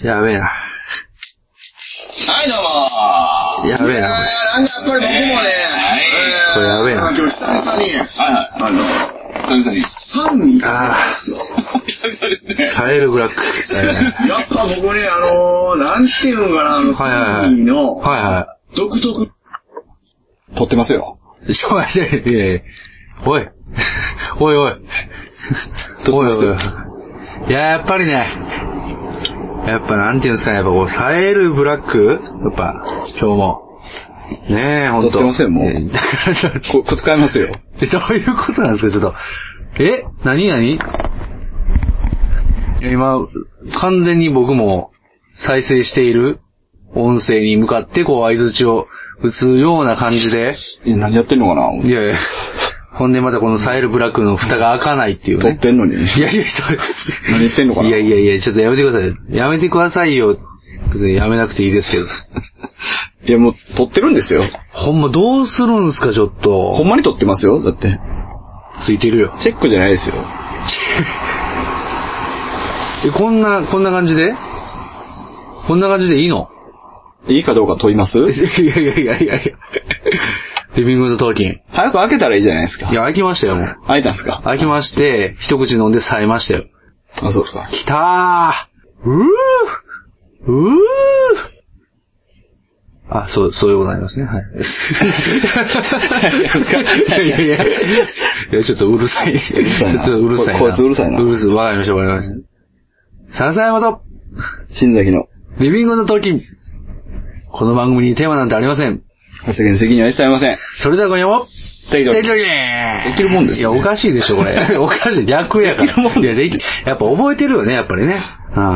やべえな。 はい、どうもやべえな。 なんかやっぱり僕もね、 これやべえな。 今日久々に、久々に、サンミーなんですよ。久々ですね。 サエルブラック。 やっぱ僕ね、なんていうのかな、サンミーの、独特。撮ってますよ。 おい。おいおい。おいおい。いや、やっぱりね。やっぱなんていうんですかね、やっぱこう、サエルブラックやっぱ、今日も。ねえ、ほんと。 撮ってません、もう。 だから、 こ使いますよ。 どういうことなんですか、ちょっと。何今、完全に僕も再生している音声に向かってこう相槌を打つような感じで。 何やってんのかな。 いやいや。ほんでまたこのサエルブラックの蓋が開かないっていうね。 撮ってんのに。いや、 何言ってんのかな。 いや、ちょっとやめてください。やめてくださいよ。別にやめなくていいですけど。 いや、もう撮ってるんですよ。 ほんまどうするんすか、ちょっと。 ほんまに撮ってますよ、だって。 ついてるよ。 チェックじゃないですよ。 こんな感じでこんな感じでいいの？ いいかどうか問います？いや。リビングのトーキン。 早く開けたらいいじゃないですか。 いや、開きましたよ、もう。 開いたんすか？ 開きまして、一口飲んで冴えましたよ。 あ、そうですか。 来たー。あ、そういうことになりますね。はい。いや、ちょっとうるさい。ちょっとうるさいな。 こいつうるさいな。 わかりました。笹山と、 新崎の、 リビングのトーキン。この番組にテーマなんてありません。 発言責任は一切ありません。 それでは今夜も、 できるもんですね。 いや、おかしいでしょ、これ。おかしい。逆やから。 できるもん。 いや、やっぱ覚えてるよね、やっぱりね。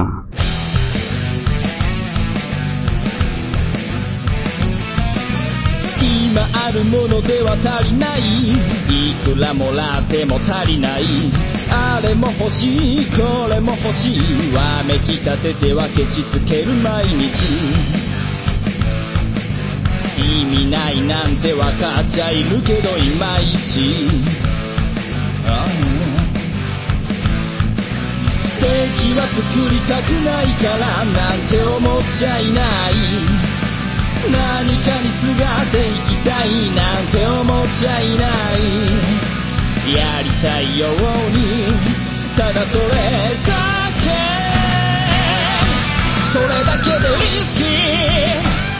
今あるものでは足りない、いくらもらっても足りない、あれも欲しいこれも欲しい、わめきたててはケチつける毎日、意味ないなんてわかっちゃいるけどいまいち、敵は作りたくないからなんて思っちゃいない、何かにすがっていきたいなんて思っちゃいない、やりたいようにただそれだけ、それだけでリスキー、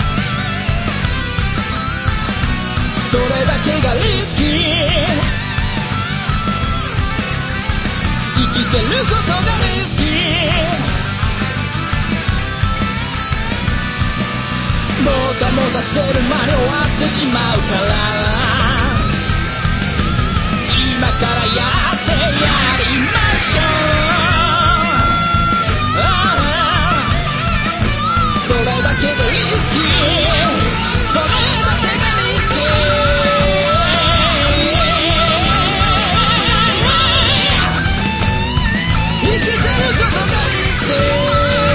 それだけがリスキー、生きてることがリスキー、もたもたしてる間に終わってしまうから、今からやってやりましょう、それだけでリスキー、それだけがリスキー、生きてることがリスキー、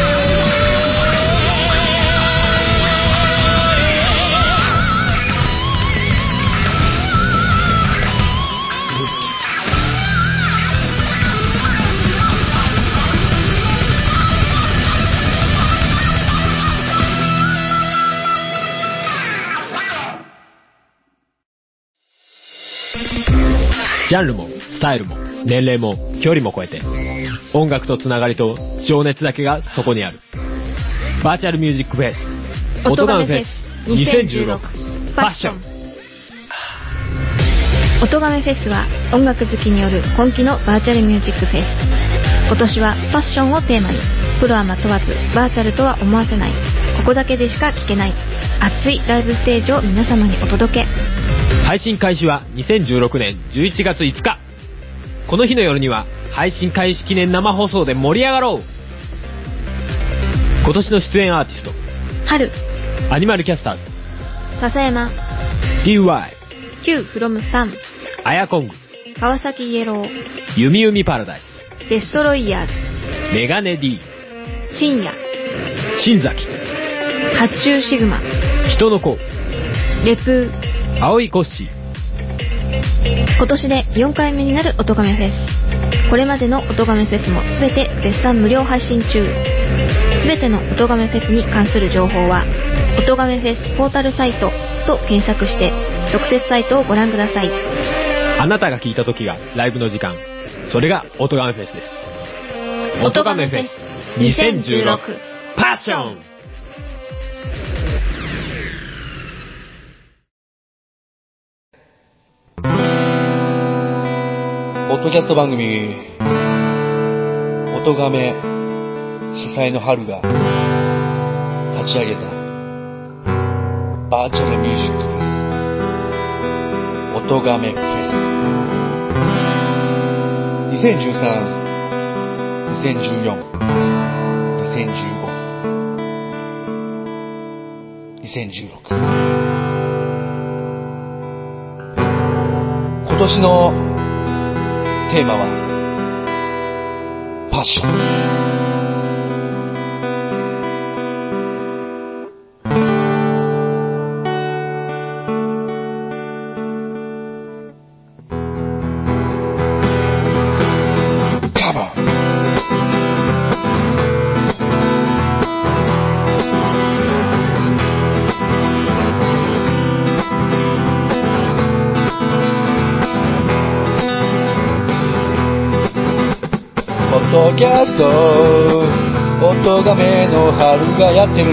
ジャンルもスタイルも年齢も距離も超えて音楽とつながりと情熱だけがそこにあるバーチャルミュージックフェス音ガメフェス2016ファッション。 音ガメフェスは音楽好きによる今季のバーチャルミュージックフェス。今年はファッションをテーマに、プロアマ問わずバーチャルとは思わせない、ここだけでしか聞けない熱いライブステージを皆様にお届け。 配信開始は2016年11月5日。この日の夜には配信開始記念生放送で盛り上がろう。今年の出演アーティスト、 春、 アニマルキャスターズ、 笹山、 DY、 Q from 3、 アヤコング、 川崎イエロー、 ユミユミパラダイデストロイヤーズ、 ス、メガネ D、 深夜、 新崎、 発注シグマ、 人の子、 レプー、 青いコッシー。 今年で4回目になる音ガメフェス。 これまでの音亀フェスもすべて絶賛無料配信中。すべての音亀フェスに関する情報は音亀フェスポータルサイトと検索して特設サイトをご覧ください。 あなたが聞いた時がライブの時間、それが音亀フェスです。音亀フェス2016パッション。 ポッドキャスト番組音亀主催の春が立ち上げたバーチャルミュージックフェス音亀フェス2013、2014、2015、2016。今年のテーマはパッション。ポッドキャスト音亀の春がやってる。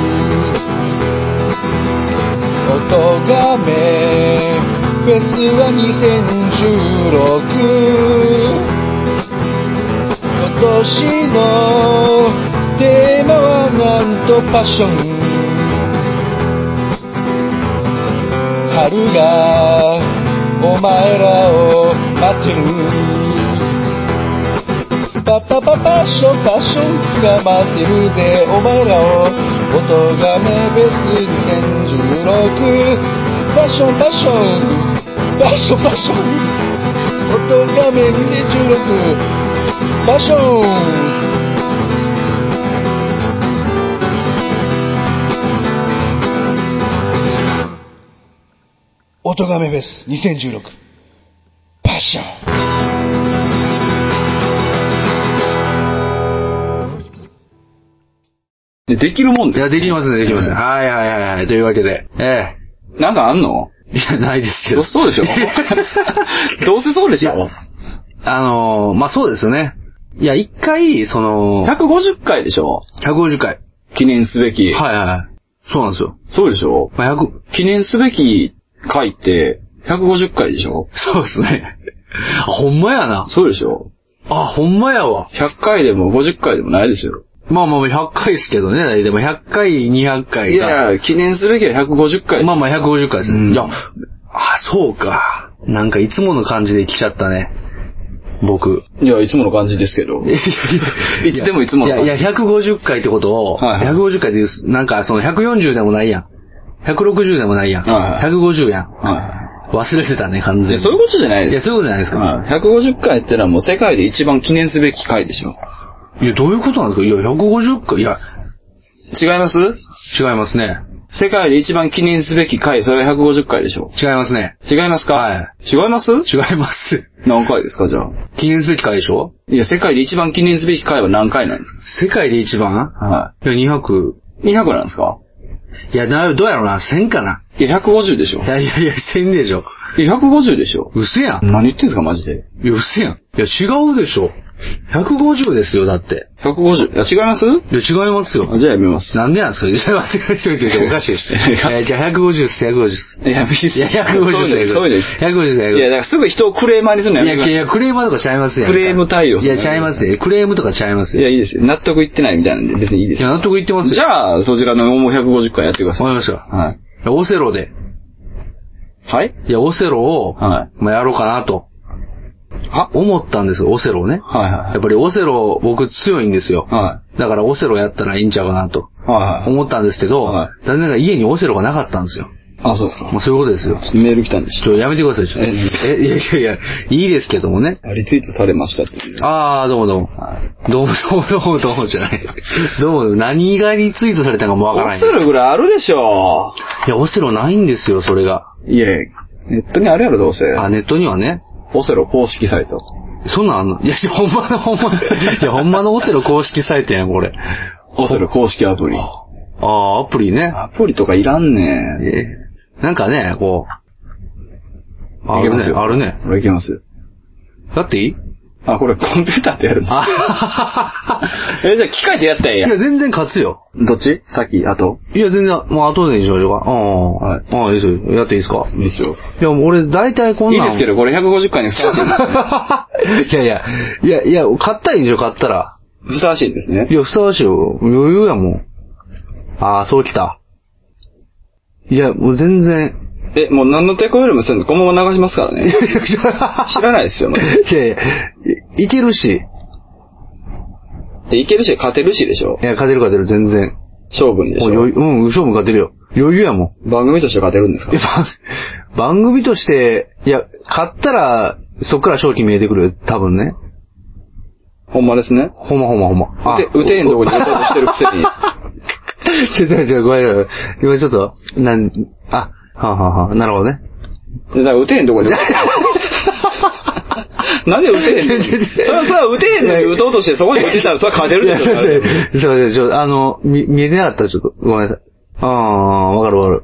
音亀フェスは2016。今年のテーマはなんとパッション。春がお前らを待ってる。パッションが待ってるぜお前らを。音亀フェス2016。パッション音亀2016パッション。音亀フェス2016パッション。 できるもんです。 いや、できますね。はい。というわけで、 なんかあんの？ いや、ないですけど。 そうでしょどうせそうでしょ。 まあ、そうですよね。いや、一回、 150回でしょ。 150回。 記念すべき。 はい。そうなんですよ。 そうでしょ。 まあ、 記念すべき回って150回でしょ。 そうですね。ほんまやな。 そうでしょ。 あ、ほんまやわ。 100回でも50回でもないですよ。 まあ100回ですけどね。でも100回、200回が。 いや、記念すべきは150回。 まあ150回ですね。いや、そうか。なんかいつもの感じで来ちゃったね。僕。 いや、いつもの感じですけど。いつでもいつもの感じ。 いや、150回ってことを、150回で言う、なんか140でもないやん。160でもないやん。150やん。忘れてたね、完全に。 そういうことじゃないです。 いや、そういうことじゃないですか。 150回ってのはもう世界で一番記念すべき回でしょ。 いや、どういうことなんですか？いや、150回、いや。 違います？ 違いますね。 世界で一番記念すべき回、それは150回でしょ。 違いますね。 違いますか？ はい。 違います？ 違います。 何回ですか、じゃあ。 記念すべき回でしょ？ いや、世界で一番記念すべき回は何回なんですか？ 世界で一番？ はい。 いや、200。 200なんですか？ いや、どうやろうな、1000かな。 いや、150でしょ。 いや、1000でしょ。 いや、150でしょ。 嘘やん。 何言ってんすか、マジで。 いや、嘘やん。いや、違うでしょ。150ですよ、だって。 150。いや、違います？ いや、違いますよ。 じゃあやめます。 なんでなんですか？いや、待って、おかしいです。じゃあ150です、150です。 いや、150です。 そうです。150です。 いや、だからすぐ人をクレーマーにするのやめてください。 いや、クレーマーとかちゃいますよ。 クレーム対応。 いや、ちゃいますよ。クレームとかちゃいますよ。 いや、いいですよ。納得いってないみたいなんで、別にいいです。 いや、納得いってますよ。 じゃあ、そちらのもう150回やってください。 わかりました。 はい。 オセロで。 はいいや、オセロを、 はい。 まあ、やろうかなと。思ったんですよ、オセロをね。 はいはい。 やっぱりオセロ、僕強いんですよ。 はい。だからオセロやったらいいんちゃうかなと。 はい。 思ったんですけど、 はい。 残念ながら家にオセロがなかったんですよ。 あ、そうですか。 まあ、そういうことですよ。 メール来たんです。 やめてください、ちょっと。いや、いいですけどもね。 リツイートされましたって。 あー、どうも。どうもじゃない。どうも、何がリツイートされたかもわからない。 オセロぐらいあるでしょ。 いや、オセロないんですよ、それが。 いえ、ネットにあるやろ、どうせ。 あ、ネットにはね。 オセロ公式サイト。 そんなんあんの？いや、ほんまのオセロ公式サイトやん、これ。 オセロ公式アプリ。 アプリね。 アプリとかいらんねん。 なんかね、こう。あるね。あるね。 これいけますよ。 だっていい？ これコンピューターでやるんですじゃあ機械でやったらええやん。 いや、全然勝つよ。 どっち？先？後？ いや、全然、もう後でにしましょうか。はい。いいですよ。やっていいですか？ いいですよ。 いや、俺、大体こんなん。 いいですけど、これ150回にふさわしいんですいや、買ったらいいんでしょ、買ったら。 ふさわしいんですね。 いや、ふさわしいよ。余裕やもん。そうきた。いや、もう全然。 もう何の抵抗よりもせんと、このまま流しますからね。知らないですよ、 いや、いけるし。 いけるし、勝てるしでしょ。 いや、勝てる、全然。 勝負にでしょ。 勝負勝てるよ。余裕やもん。 番組として勝てるんですか？ 番組として、いや、勝ったら、そっから勝機見えてくるよ、多分ね。 ほんまですね。 ほんま。 打てへんとこに打とうとしてるくせに。 ごめん。今ちょっと、なるほどね。 だから打てへんとこに。なんで打てへんの？それは打てへんのに打とうとしてそこに打てたらそれは勝てるでしょ。 そう見えてなかったらちょっと、ごめんなさい。わかる。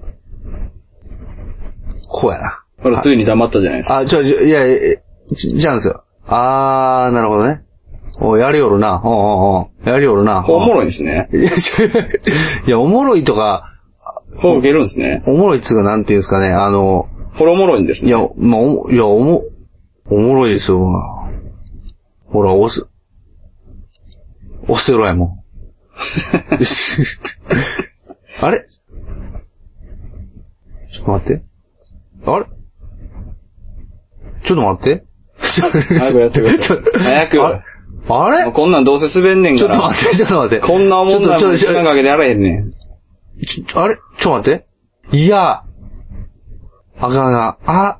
こうやな。 ほら、ついに黙ったじゃないですか。 いや、じゃあですよ。なるほどね。やりよるな。やりよるな。 おもろいですね。 いや、おもろいとか、 受けるんですね。 おもろいっつうか、なんていうんですかね、 これおもろいんですね。 いや、おもろいですよ。ほら、オセロやもん。あれ？ちょっと待って。あれ？ちょっと待って。 早くやってください。早く。 あれ？ こんなんどうせ滑んねんから。 ちょっと待って。 こんなもんなの時間かけてやらへんねん。 あれ？ちょっと待って。いや。あかんな。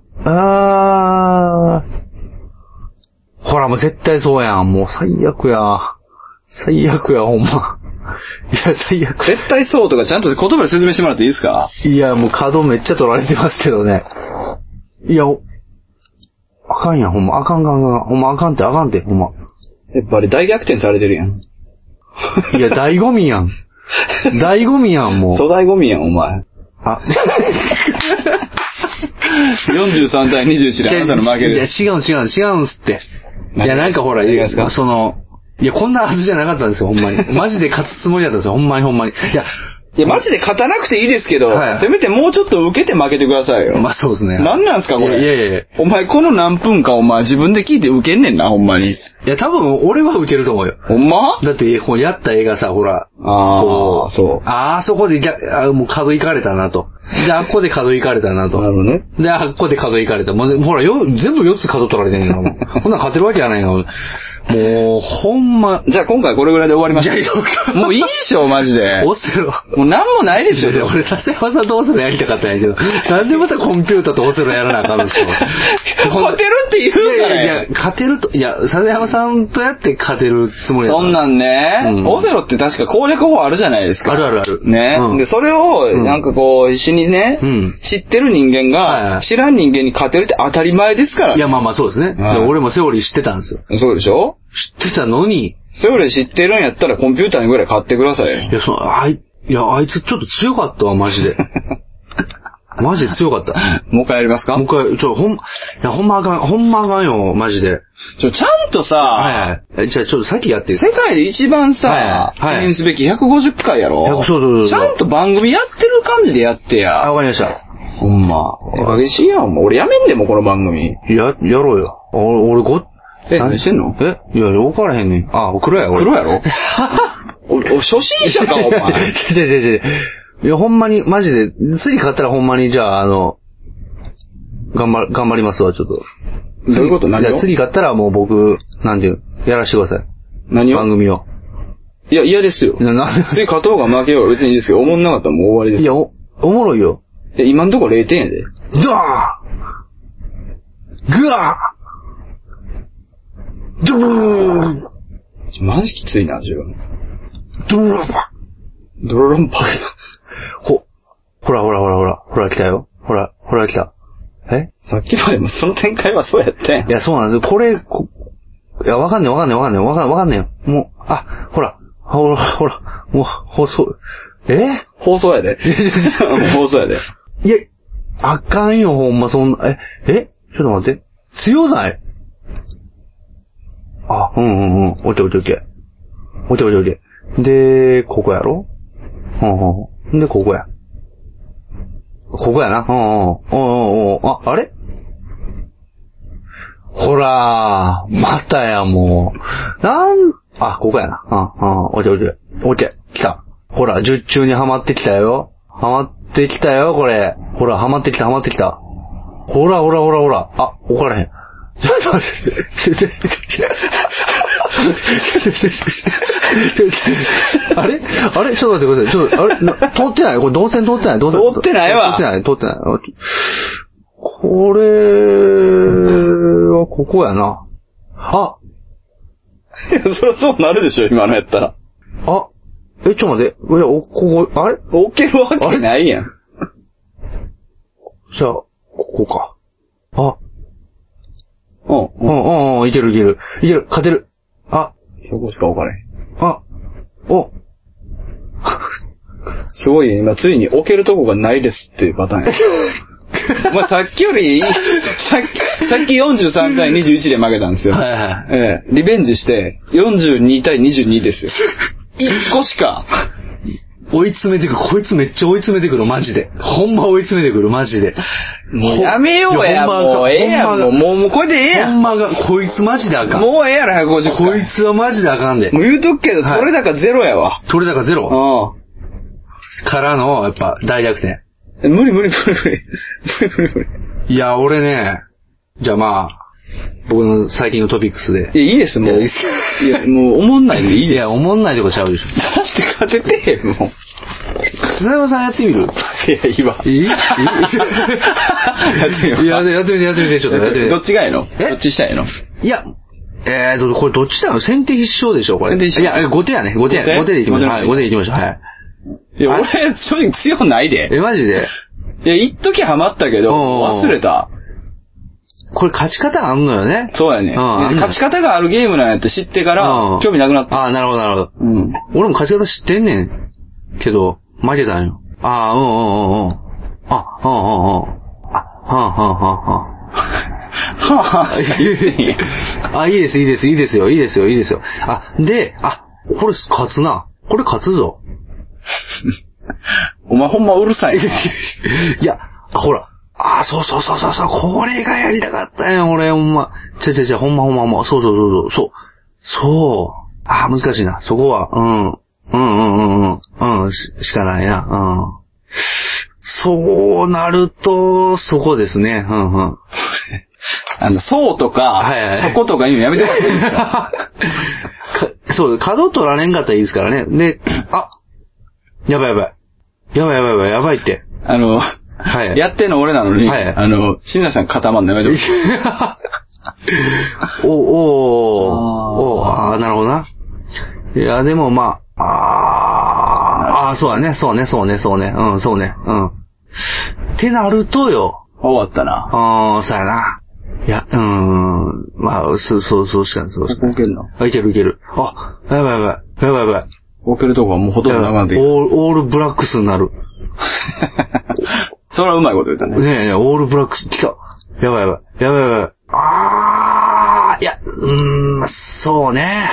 ほら、もう絶対そうやん。もう最悪や、ほんま。いや、最悪。 絶対そうとかちゃんと言葉で説明してもらっていいですか？ いや、もう角めっちゃ取られてますけどね。いや、あかんやん、ほんま。あかん。ほんま、あかんって、ほんま。 やっぱり大逆転されてるやん。 いや、醍醐味やん。もう。 粗大ゴミやん、お前。43対24であなたの負けです。 違うんすって。いや、なんかほら、いや、こんなはずじゃなかったんですよ、ほんまに。マジで勝つつもりだったんですよ、ほんまに。 いや、マジで勝たなくていいですけど、せめてもうちょっと受けて負けてくださいよ。 まあそうですね。 なんなんすか、これ。 いや。 お前、この何分か、お前、自分で聞いて受けんねんな、ほんまに。 いや、多分、俺は受けると思うよ。 ほんま？ だって、やった映画さ、ほら。 そう。 そこで、もう角行かれたなと。で、あっこで角行かれたなと。 なるほどね。 で、あっこで角行かれた。もう、ほら、全部4つ角取られてんねんから。ほんなら勝てるわけやないの。もう、ほんま。 じゃあ今回これぐらいで終わりましょう。もういいでしょ、マジで。 オセロ。 もうなんもないですよ。 俺、笹山さんとオセロやりたかったんやけど、なんでまたコンピューターとオセロやらなあかんんですか？ 勝てるって言うからいや、勝てると、笹山さんとやって勝てるつもりだった。 そんなんね、オセロって確か攻略法あるじゃないですか。 ある。 ね。で、それを、なんかこう、死にね、知ってる人間が、知らん人間に勝てるって当たり前ですから。 いや、まあそうですね。俺もセオリー知ってたんですよ。 そうでしょ？ 知ってたのに。 セオリー知ってるんやったらコンピューターにぐらい買ってください。 いや、あいつちょっと強かったわ、マジで。マジで強かった。 もう一回やりますか？ もう一回、ほんまあかんよ、マジで。 ちゃんとさ、 じゃあちょっと先やって。 世界で一番さ、記念すべき150回やろ？ そう。 ちゃんと番組やってる感じでやってや。 わかりました。 ほんま。激しいやん、俺やめんでもこの番組。 やろうよ。 何してんの？ いや、分からへんねん。黒やろ？ 初心者か、お前。 いや、ほんまに、マジで、次勝ったらほんまに、じゃあ、頑張りますわ、ちょっと。 どういうこと？何を？ 次勝ったらもう僕、やらしてください。 何を？ 番組を。 いや、嫌ですよ。次勝とうが負けようが別にいいですけど、思んなかったらもう終わりです。 いや、おもろいよ。 今んとこ0点やで。 ぐわードゥーマジきついな、自分。 ドロロンパ。ほら来たよ。ほら来た。 さっきまでもその展開はそうやったやん。 いや、そうなんですよ。これ、 いや、わかんねえよ。もう、ほら、もう、放送、 放送やで。放送やで。 いや、あかんよ、ほんま、そんな、ちょっと待って。強ない？オッケー。で、ここやろ？で、ここや。ここやな。あれ？ほらー、またや、もう。ここやな。オッケー。来た。ほら、術中にはまってきたよ、これ。ほら、はまってきた。ほら。怒らへん。ちょっと待って。あれちょっと待ってください。通ってない？これ動線通ってない？ 通ってないわ。 通ってない。これはここやな。 いや、そりゃそうなるでしょ、今のやったら。 ちょっと待って。ここ、あれ？ 置けるわけないやん。 じゃあ、ここか。いける。勝てる。 そこしか置かれへん。すごいね、今ついに置けるとこがないですっていうパターンや。お前さっきより、さっき43対21で負けたんですよ。リベンジして、42対22ですよ。1個しか。 追い詰めてくる。こいつめっちゃ追い詰めてくる、マジで。ほんま追い詰めてくる、マジで。 もうやめようや、もうええやん。もうこれでええやん。 ほんまが、こいつマジであかん。 もうええやろ、150回。 こいつはマジであかんで。 もう言うとくけど、取れ高ゼロやわ。 取れ高ゼロ？からの、やっぱ、大逆転。 無理。 いや、俺ね、じゃあまあ、僕の最近のトピックスで。 いや、いいです、もう。いや、もう、おもんないでいいです。 いや、おもんないでこちゃうでしょ。 だって勝ててへん、もう。 笹山さんやってみる？ いや、いいわ。 やってみて、ちょっとやってみて。 どっちがいいの？どっちしたいの？ いや、これどっちだよ。先手必勝でしょ、これ。 先手必勝。 いや、5手やね。5手でいきましょう。はい、5手でいきましょう。はい。 いや、俺、正直強ないで。 マジで？ いや、一時ハマったけど、忘れた。 これ勝ち方あんのよね。 そうやね。勝ち方があるゲームなんやって知ってから、興味なくなった。 なるほど。俺も勝ち方知ってんねん。けど、負けたんよ。いいですよ。で、これ勝つな。これ勝つぞ。 お前ほんまうるさい。 いや、ほら。そう。これがやりたかったよ、俺、ほんま。ほんま。そう。難しいな。そこは、しかないな。そうなると、そこですね。 そうとか、箱とか言うのやめてもらっていいですか？ そう、角取られんかったらいいですからね。で、やばいって。 やってんの俺なのに、椎名さん固まんのやめてほしい。 なるほどな。いや、でもまあ、そうね。そうね。ってなるとよ。 終わったな。 そうやな。いや、まあ、そうしかない。そうしかない。 いけるの？ いける。やばい。 置けるとこはもうほとんどなくなってきた。 オールブラックスになる。 それはうまいこと言ったね。 ねえ、オールブラックス、来た。やばい。いや、そうね。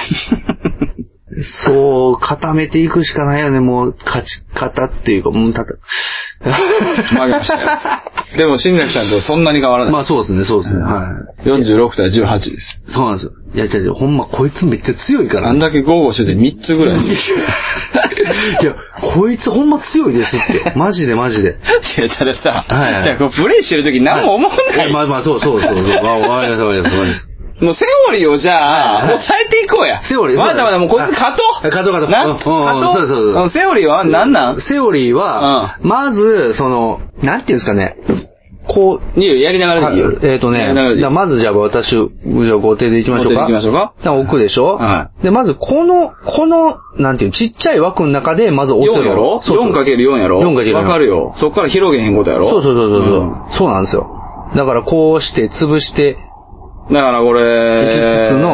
そう、固めていくしかないよね、もう、勝ち方っていうか、 負けましたよ。でも、新崎さんとそんなに変わらない。 まあ、そうですね。はい。 46対18です。 そうなんですよ。いや、違う、ほんま、こいつめっちゃ強いから。 あんだけ豪語してて3つぐらい。 いや、こいつほんま強いですって。マジで。いや、 たださ、じゃあ、プレイしてるとき何も思わない。 まあ、そう。わかります。 もうセオリーをじゃあ、もう変えていこうや。 セオリー。 まだもうこいつ勝とう。 勝とう。 そう。セオリーは何なん？ セオリーは、まず、なんていうんですかね。こう。 やりながらでいいよ。 まずじゃあ私、5手でいきましょうか。置くでしょ？ はい。 で、まずこの、なんていう、ちっちゃい枠の中で、まず押す 4やろ？ 4×4 やろ？ 4×4。 わかるよ。そっから広げへんことやろ？ そう。そうなんですよ。だからこうして、潰して、 だからこれ、 5つの、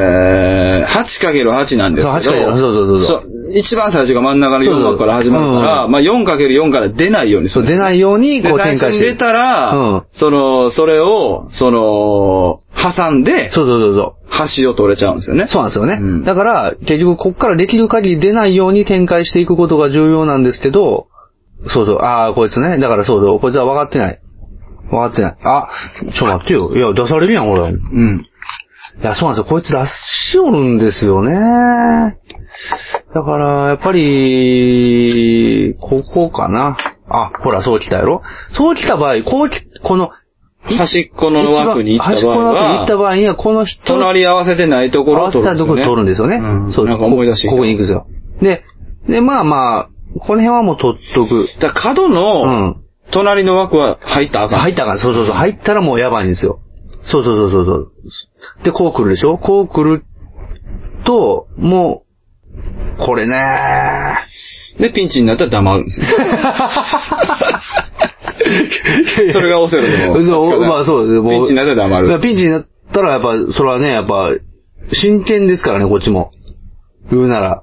8×8 なんですけど、 そう、そう。 一番最初が真ん中の4枠から始まるから、まあ 4×4 から出ないようにする。 そう、出ないようにこう展開して。 最初に出たら、それを、挟んで、 そう。 端を取れちゃうんですよね。 そうなんですよね。だから、結局こっからできる限り出ないように展開していくことが重要なんですけど、そう、こいつね。だからそう、こいつは分かってない。あ、ちょ待ってよ。いや、出されるやん、俺。いや、そうなんですよ。こいつ出しおるんですよね。だから、やっぱり、ここかな。あ、ほら、そう来たやろ。そう来た場合、この、 端っこの枠に行った場合は、 端っこの枠に行った場合には、この人、 隣り合わせてないところを取るんですよね。合わせたところを取るんですよね。 そう、 なんか思い出してきた。 ここに行くんですよ。で、まあ、この辺はもう取っとく。 だから角の、隣の枠は入ったらあかん。 そう。入ったらもうやばいんですよ。そう。で、こう来るでしょ。こう来ると、もう、これねで、ピンチになったら黙るんですよ。それがオセロでも。 そう、まあそうです。 ピンチになったら黙る。 ピンチになったらやっぱ、それはね、やっぱ、真剣ですからね、こっちも。言うなら。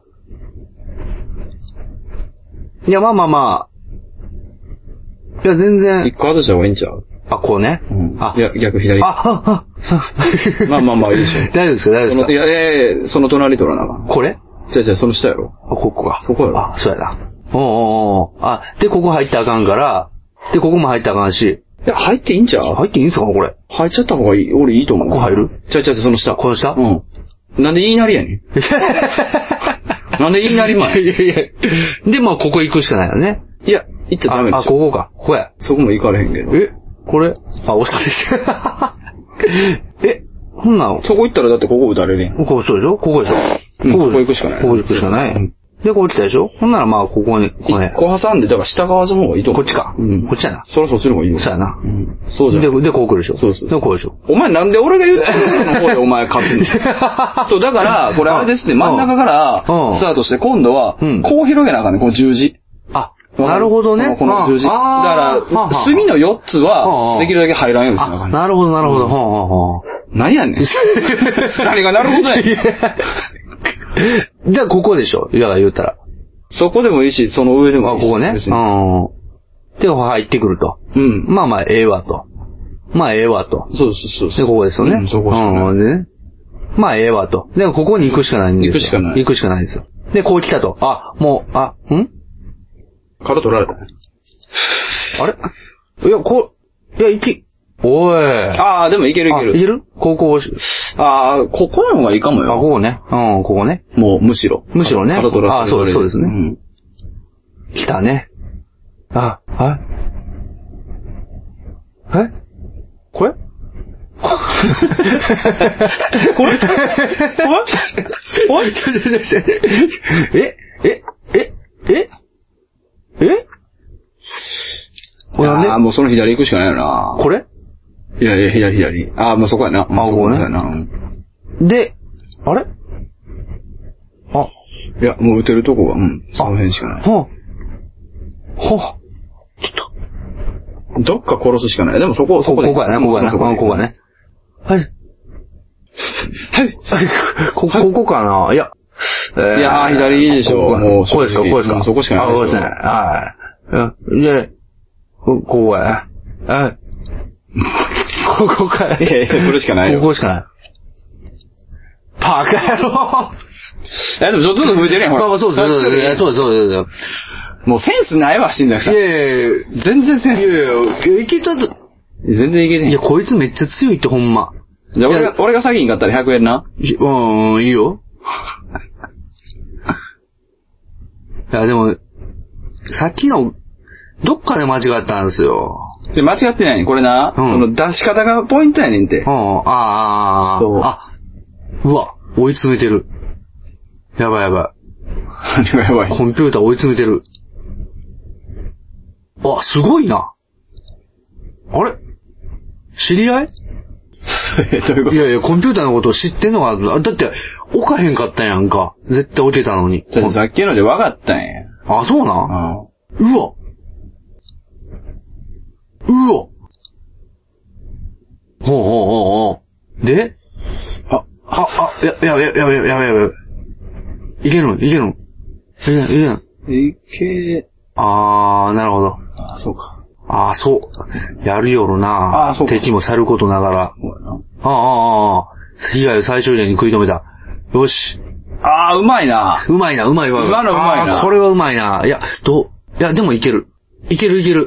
いや、まあ。いや、全然。 一個外した方がいいんちゃう？ あ、こうね。 いや、逆左。まあ、いいでしょ。 大丈夫ですか？ いや、その隣取らなあかん。 これ？ じゃあ、その下やろ。 あ、ここか。 そこやろ。 あ、そうやな。あ、で、ここ入ったらあかんから、で、ここも入ったらあかんし。 いや、入っていいんちゃう？ 入っていいんすかこれ。 入っちゃった方がいい。俺いいと思う。 ここ入る？ じゃあ、その下。 この下？ なんで言いなりやねん。なんで言いなり前？ いや。で、まあ、ここ行くしかないよね。 いや、行っちゃダメでしょ。 あ、ここか。ここや。 そこも行かれへんけど。 これ？あ、押されて。こんなん。 そこ行ったらだってここ打たれるやん。 ここそうでしょ？ここでしょ？ ここ行くしかない。 ここ行くしかない。で、こう来たでしょ？ほんならまあ、ここに、これ。 こう挟んで、だから下側の方がいいと思う。 こっちか。こっちやな。 そっちの方がいいよ。 そうやな。 そうじゃん。 で、こう来るでしょ？ そう。 で、こうでしょ？ お前なんで俺が言ってるの方でお前勝つの？そう、だから、これあれですね、真ん中からスタートして、今度は、こう広げなあかんね、この十字。 あ、なるほどね。 この十字。だから、隅の4つは、できるだけ入らんようにしなあかんね。 なるほど。 何やねん。何がなるほどやねん。 じゃあ、ここでしょ？言うたら。 そこでもいいし、その上でもいいし。 ここね。で、入ってくると。まあ、ええわと。 そう。 で、ここですよね。 そこしかない。 でね。まあ、ええわと。でも、ここに行くしかないんですよ。 行くしかないですよ。で、こう来たと。 角取られたね。 あれ？おい。 でもいける。 いける？ここの方がいいかもよ。 ここね。ここね。 もう、むしろね。 角取らせて。そうですね。来たね。これ？ もうその左行くしかないよな。 これ？ いや、左。もうそこやな。 ここね。で、あれ？ いや、もう打てるとこは、その辺しかない。ちょっと。どっか殺すしかない。でもそこで。 ここやね。はい。ここかな？いや。 左いいでしょ。もう、 ここですか。 そこしかない。 ここですね。はい。で、ここや。ここか。 いや、それしかないよ。 ここしかない。バカ野郎。 でもちょっと増えてるやん、ほら。 そうです。 もうセンスないわ、死んだから。 いや全然センス。 いけたと。 全然いけねえ。 いや、こいつめっちゃ強いってほんま。 じゃあ俺が先に買ったら100円な。 いいよ。いや、でも、さっきの、どっかで間違ったんですよ。 で、間違ってないね。これな、その出し方がポイントやねんて。 そう。うわ、追い詰めてる。やばい。 何がやばい？ コンピューター追い詰めてる。すごいな。あれ？知り合い？ どういうこと？ いや、コンピューターのことを知ってんのが、だって、置かへんかったんやんか。絶対置けたのに。 さっきので分かったんや。 そうな？うわ。ほう。 で、やべ。いけるん。なるほど。 そうか。 そう。やるよるな。 そうか。 敵もさることながら。被害を最小限に食い止めた。よし。 うまいな。 うまい。 今のうまいな。 これはうまいな。いや、でもいける。いける。い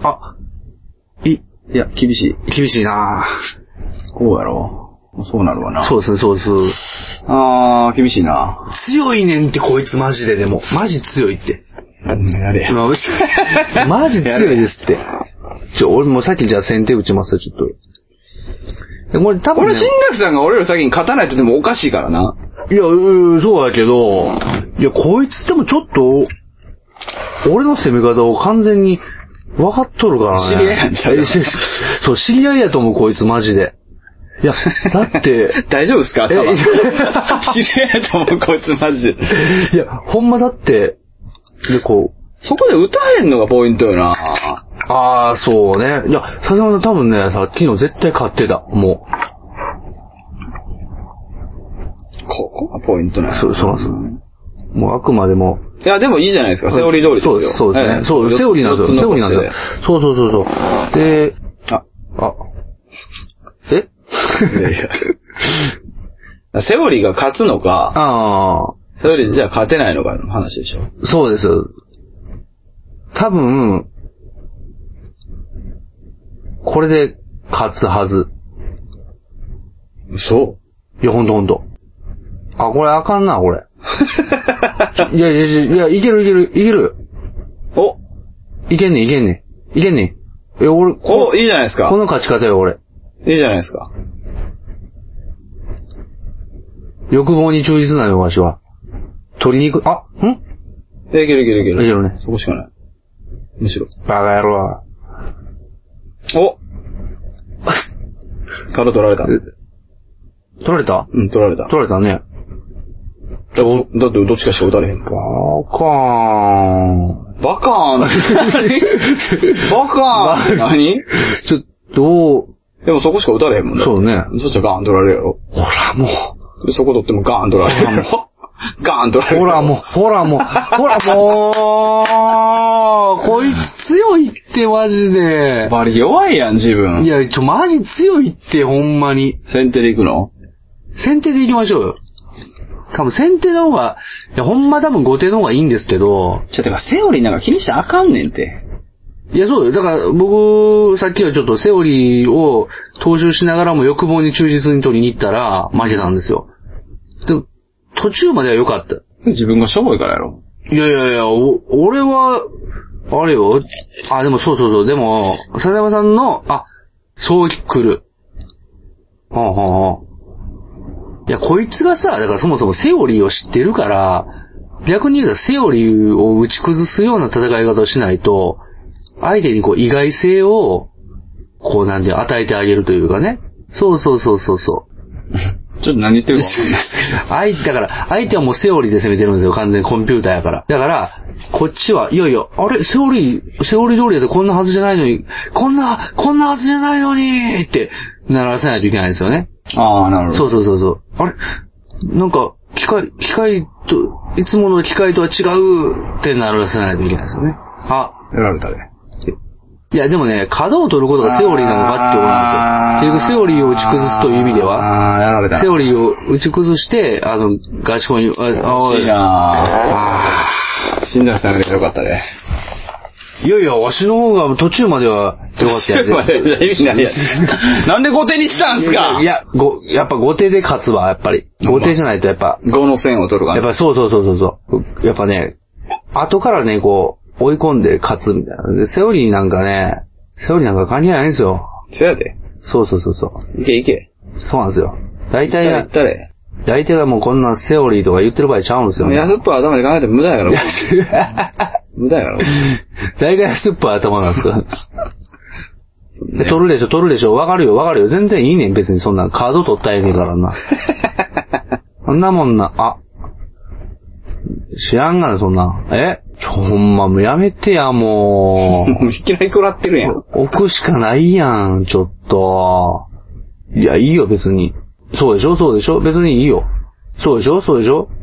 や、厳しいな。 こうやろ。そうなるわな。 そうです。 厳しいな。 強いねんってこいつマジででも。マジ強いって。 やれや。 マジ強いですって。俺もさっきじゃあ先手打ちますよ、ちょっと。これ多分、ね、 俺、新垣さんが俺より先に勝たないとでもおかしいからな。 いや、そうだけど、いや、こいつでもちょっと、俺の攻め方を完全に分かっとるからね。 知り合いなんちゃうそう、知り合いやと思う、こいつマジで。いや、だって、 大丈夫ですか知り合いやと思う、こいつマジで。 いや、ほんまだって、 そこで歌えんのがポイントよな。 そうね。いや、佐々木さん多分ね、さっきの絶対勝ってた、もう。 ここがポイントなんですよ。 そう。もうあくまでも。 いや、でもいいじゃないですか。セオリー通りですよ。 そうですね。そう、セオリーなんですよ。セオリーなんですよ。そう。で、 セオリーが勝つのか、セオリーじゃ勝てないのかの話でしょ。 そうです。多分、これで勝つはず。 嘘？ いや、ほんと。これあかんな、これ。いや、いける。 おいけんねん。いや、俺、 いいじゃないですか。 この勝ち方よ、俺。 いいじゃないですか。 欲望に忠実なのよ、わしは。取りに行く、いける。いけるね。 そこしかない。むしろ。 バカ野郎。 カード取られた。 取られた？ うん、取られた。 取られたね。 だってどっちかしか打たれへん。バカーン何でもそこしか打たれへんもんだ。 そうね。 そしたらガーン取られるやろ。 ほらもう。でそこ取ってもガーン取られる。ガーン取られる。 ほらもうこいつ強いってマジで。 バリ弱いやん、自分。 いや、マジ強いってほんまに。 先手で行くの？ 先手で行きましょうよ。多分先手の方が、ほんま多分後手の方がいいんですけど。 てかセオリーなんか気にしたらあかんねんって。 いや、そうよ。だから僕、さっきはちょっとセオリーを踏襲しながらも欲望に忠実に取りに行ったら負けたんですよ。でも、途中までは良かった。 自分がしょぼいからやろ。 いや、俺は、あれよ。でもそう。でも、佐山さんの、そう来る。いや、こいつがさ、だからそもそもセオリーを知ってるから、逆に言うとセオリーを打ち崩すような戦い方をしないと、相手に意外性を、与えてあげるというかね。そう。 ちょっと何言ってるか分かんない。 だから、相手はもうセオリーで攻めてるんですよ。完全にコンピューターやから。だから、こっちは、いや、あれ、セオリー通りでこんなはずじゃないのに、こんなはずじゃないのにって、ならせないといけないんですよね。 なるほど。 そう。あれなんか、機械と、いつもの機械とは違うってならせないといけないですよね。 やられたね。 いや、でもね、角を取ることがセオリーなのかってことなんですよ。結局セオリーを打ち崩すという意味では、 やられた。 セオリーを打ち崩して、合宿に、 いいなぁ。新崎さんが出てよかったね。 いや、わしの方が途中まではよかったやで。意味ないや。なんで後手にしたんすか？ いや、やっぱ後手で勝つわ、やっぱり。後手じゃないとやっぱ。 5の線を取るから。 やっぱそう。やっぱね、後からね、追い込んで勝つみたいな。で、セオリーなんか関係ないんですよ。 そやで。 そう。 いけ。 そうなんですよ。大体がもうこんなセオリーとか言ってる場合ちゃうんですよ、ね。 安っぽい頭で考えても無駄やから。無駄やから。 大体安っぽい頭なんですか。ね、取るでしょ。わかるよ。全然いいねん、別にそんな。カード取ったらええねんからな。そんなもんな、知らんがな、そんな。ほんまもうやめてや、もう。 いきなり食らってるやん。 置くしかないやん、ちょっと。いや、いいよ、別に。 そうでしょそうでしょ別にいいよ。そうでしょそうでしょ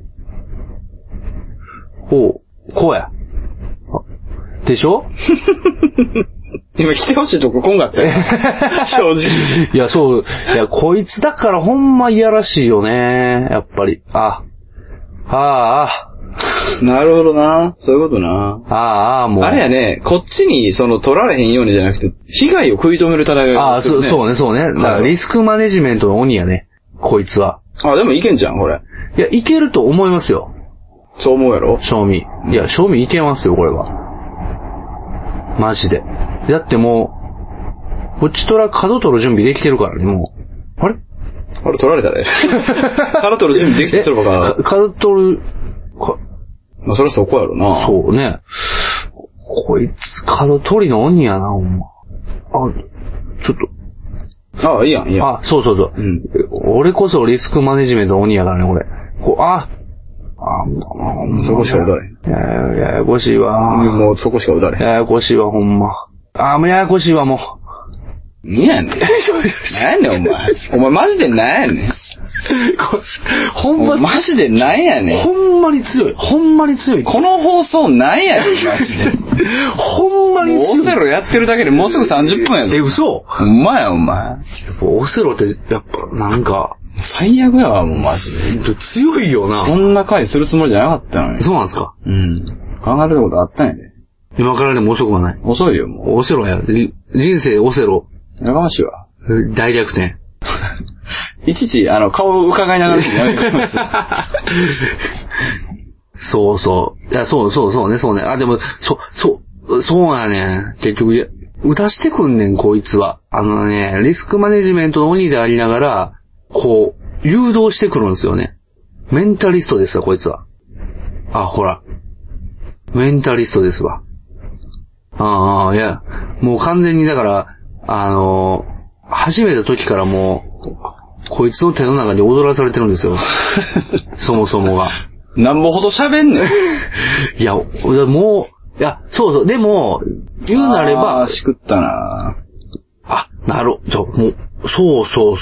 こうや。でしょ今来てほしいとこ来んかったよ。正直。 いや、そう。いや、こいつだからほんまいやらしいよね。やっぱり。 なるほどな。そういうことな。もう。あれやね、こっちに取られへんようにじゃなくて、被害を食い止める戦いをする、ね。 そうね。だからリスクマネジメントの鬼やね。こいつは。 でもいけんじゃん、これ。 いや、いけると思いますよ。 そう思うやろ賞味。いや、賞味いけますよ、これは。マジで。だってもう、こっちとら角取る準備できてるからね、もう。あれ取られたね。角取る準備できてるのかな。 角取る、 まあ、それはそこやろな。 そうね。こいつ、角取りの鬼やな、ほんま。ちょっと。いいやん。 そう。うん。俺こそリスクマネジメントの鬼やからね、これ。 そこしか打たれへん。ややこしいわ。 もうそこしか打たれへん。 ややこしいわ、ほんま。もうややこしいわ、もう。 何やねん。何やねん、お前。お前マジで何やねん。 ほんま、 マジで何やねん。 ほんまに強い。 この放送何やねん、マジで。 ほんまに強い。 もうオセロやってるだけでもうすぐ30分やぞ。 嘘？ ほんまや、お前。 オセロって、やっぱ、なんか、 最悪やわ、もうマジで。 強いよな。 こんな回するつもりじゃなかったのに。 そうなんですか？ うん。考えることあったんやで。 今からでも遅くはない。 遅いよ、もう。 オセロや。人生オセロ。 やかましいわ。 大逆転。 いちいち、顔を伺いながらやめてください。そう。いや、そうね。でも、そうやね。結局、打たしてくんねん、こいつは。リスクマネジメントの鬼でありながら、誘導してくるんですよね。メンタリストですわ、こいつは。ほら。メンタリストですわ。いや、もう完全にだから、始めた時からもう、こいつの手の中に踊らされてるんですよ。そもそもが。 なんぼほど喋んねん。 いや、もう、そう。でも、言うなれば。 しくったなもう、そう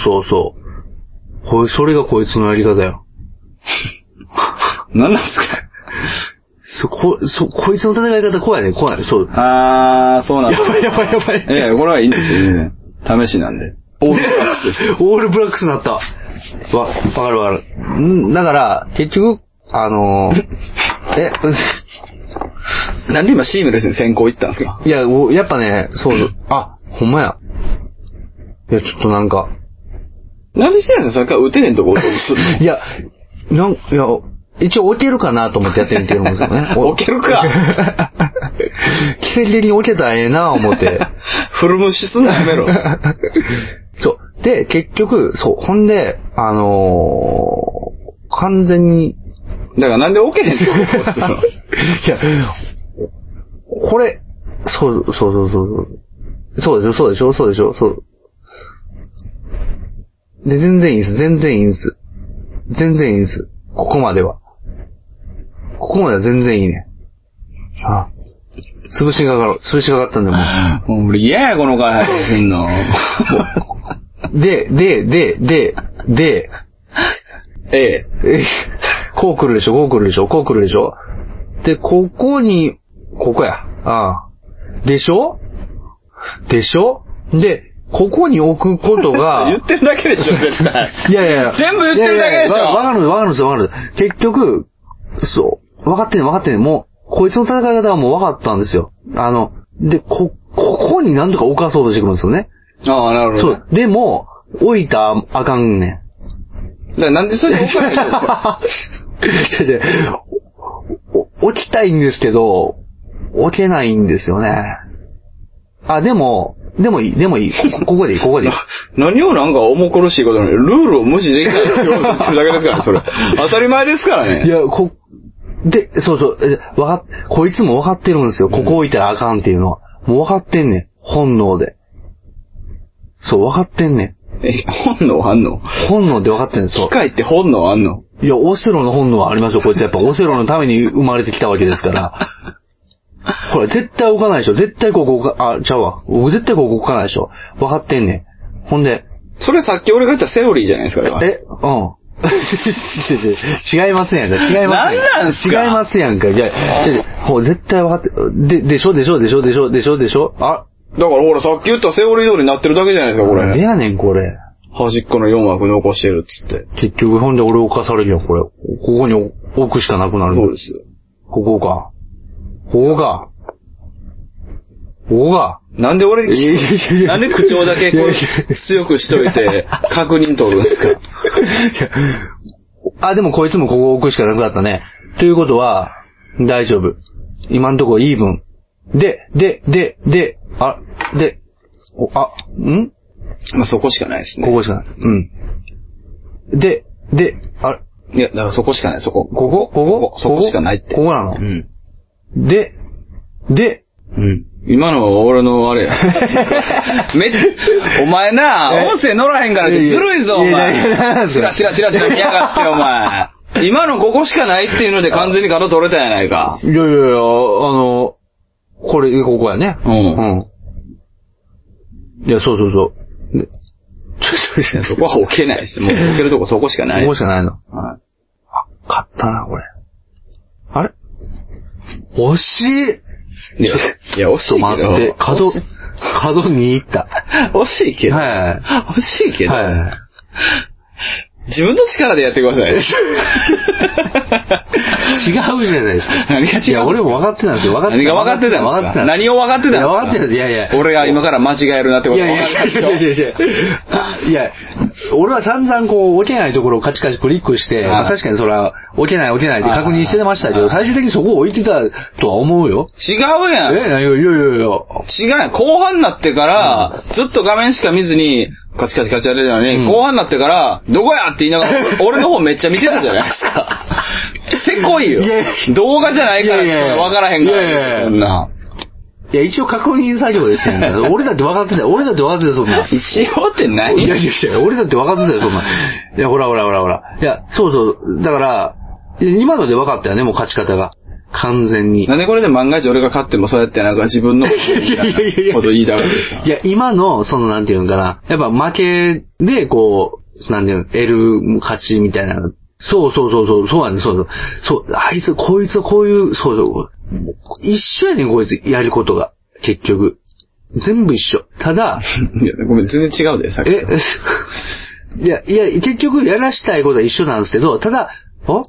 。それがこいつのやり方よ。 何なんすかこいつの戦い方怖いね。そう。 そうなんだ。 やばい。 いや、これはいいんですよね。試しなんで。オールブラックスです。 オールブラックスになった。わかる。だから、結局、 なんで今シームレスに先行行ったんですか？ いや、やっぱね、そう、ほんまや。いや、ちょっとなんか。 なんでしてんすか？さっきから打てねんとこ打とうとするの？ いや、一応置けるかなと思ってやってみてるんですよね。 置けるか奇跡的に置けたらええな思って。 古虫すんのやめろ。 そう。で、結局、ほんで、完全に。 だからなんで置けへんの？いや、これ、そうでしょ。で、全然いいんです。ここまでは全然いいね。潰しがかったんでもう俺嫌や、この回すんの。 で、こう来るでしょ。で、ここや。でしょで、ここに置くことが。 言ってるだけでしょ、絶対。 いや。 全部言ってるだけでしょ。 わかるんですよ。結局、そう。わかってんねん。もう、こいつの戦い方はもうわかったんですよ。で、ここになんとか置かそうとしてくるんですよね。 なるほど。 そう。でも、置いたらあかんねん。 だからなんでそれ置かないんですか？ 置きたいんですけど、置けないんですよね。でもいい。ここでいい。 何をなんか重苦しいことなのに、ルールを無視できないって言ってるだけですからね、それ。当たり前ですからね。 いや、そう。こいつも分かってるんですよ。ここ置いたらあかんっていうのは。もう分かってんねん。本能で。そう、分かってんねん。 本能あんの？ 本能で分かってんねん。 機械って本能あんの？ いや、オセロの本能はありますよ。こいつやっぱオセロのために生まれてきたわけですから。ほら、絶対置かないでしょ。絶対ここちゃうわ。絶対ここ置かないでしょ。分かってんねん。ほんで、 それさっき俺が言ったセオリーじゃないですか、 違いますやんか。違いますやんか。 何なんすか？ 違いますやんか。じゃあ、もう絶対分かって、でしょあ、 だからほら、さっき言ったセオリー通りになってるだけじゃないですか、これ。 なんでやねん、これ。 端っこの4枠残してるっつって。 結局、ほんで俺犯されるよ、これ。ここに置くしかなくなる。 そうですよ。 ここか。 なんで俺、なんで口調だけこう強くしといて、確認取るんですか？ あ、でもこいつもここ置くしかなくなったね。ということは、大丈夫。今んとこイーブン。 まあ、そこしかないですね。 ここしかない。うん。 いや、だからそこしかない、そこ。 ここそこしかないって。 ここなの？うん。うん。 今のは俺のあれや。お前な、音声乗らへんからってずるいぞ、お前。しら見やがって、お前。今のここしかないっていうので完全に角取れたやないか。 いや、ここやね。うん。いや、そう。 そこは置けないです。もう置けるとこそこしかない。 ここしかないの。 はい。 買ったな、これ。あれ？惜しい。 いや、惜しいけど。 待って、角に行った。 惜しいけど。 はい。 惜しいけど。 はい。 自分の力でやってください。 違うじゃないですか。 何が違う？ いや、俺も分かってたんですよ。 何が分かってたんですか？何を分かってたんですか？ 分かってたんです。いや。 俺が今から間違えるなってこといや、俺は散々こう、置けないところをカチカチクリックして、確かにそれは置けないって確認してましたけど、最終的にそこを置いてたとは思うよ。 違うやん。 いや。違うやん。後半になってから、ずっと画面しか見ずに、カチカチやってたのに、後半になってから、どこやって言いながら、俺の方めっちゃ見てたじゃないですか。せこいよ。動画じゃないから分からへんから。そんな。 いや、一応確認作業ですよね。俺だって分かってたよ、そんな。 一応って何？ いや、俺だって分かってたよ、そんな。いや、ほら。いや、そう。だから、今ので分かったよね、もう勝ち方が。完全に。 なんでこれで万が一俺が勝ってもそうやってなんか自分のこと言いたがるんですか？ いや、今の、なんていうのかな。やっぱ負けで、こう、なんていうの、得る勝ちみたいな。そうなんです、そう。あいつ、こいつはこういう、一緒やねん、こいつ、やることが。結局。全部一緒。ただ、 いや、ごめん、全然違うで、さっき。 いや、結局やらしたいことは一緒なんですけど、ただ、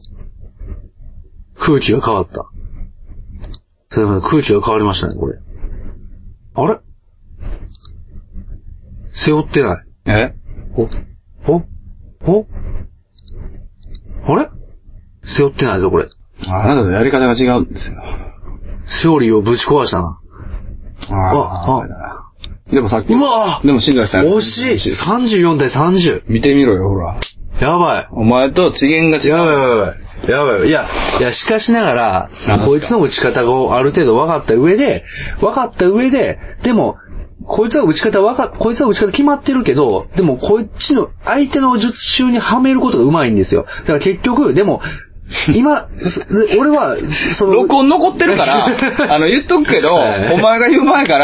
空気が変わった。空気が変わりましたね、これ。あれ？背負ってない。あれ？背負ってないぞ、これ。 あなたのやり方が違うんですよ。 セオリーをぶち壊したな。 でもさっき。 うわでも新崎さん。 惜しい。34対30。 見てみろよ、ほら。 やばい。 お前と次元が違う。 やばい。いや、しかしながら、こいつの打ち方がある程度分かった上で、でも、こいつは打ち方決まってるけど、でもこっちの相手の術中にはめることが上手いんですよ。だから結局、でも、今、俺は、 録音残ってるから、言っとくけど、お前が言う前から、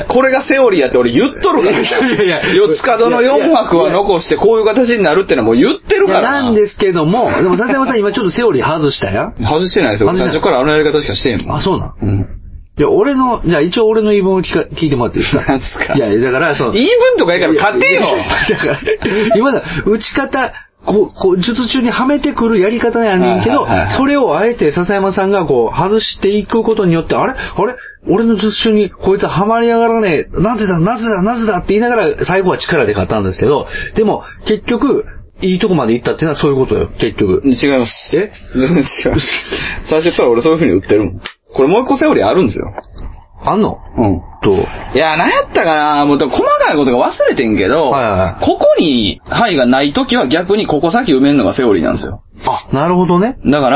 これがセオリーやって俺言っとるから。四つ角の4枠は残してこういう形になるってのはもう言ってるから。 なんですけども、でも笹山さん今ちょっとセオリー外したやん？ 外してないですよ。最初からやり方しかしてへんもん。 あ、そうなん？うん。いや、じゃあ一応俺の言い分を聞いてもらっていいですか？ なんすか？ いや、だから、 言い分とかやから勝てよ。 だから、今だ、打ち方、術中にはめてくるやり方やねんけど、それをあえて笹山さんが外していくことによって、あれ俺の術中にこいつははまりやがらねえ、なぜだって言いながら最後は力で勝ったんですけど、でも結局、いいとこまで行ったっていうのはそういうことよ、結局。 違います。全然違う。最初から俺そういう風に売ってるもん。これもう一個セオリーあるんですよ。 あんの？ いや、何やったかな、もう細かいことが忘れてんけど、ここに範がないときは逆にここ先埋めるのがセオリーなんですよ。 あ、なるほどね。 だから、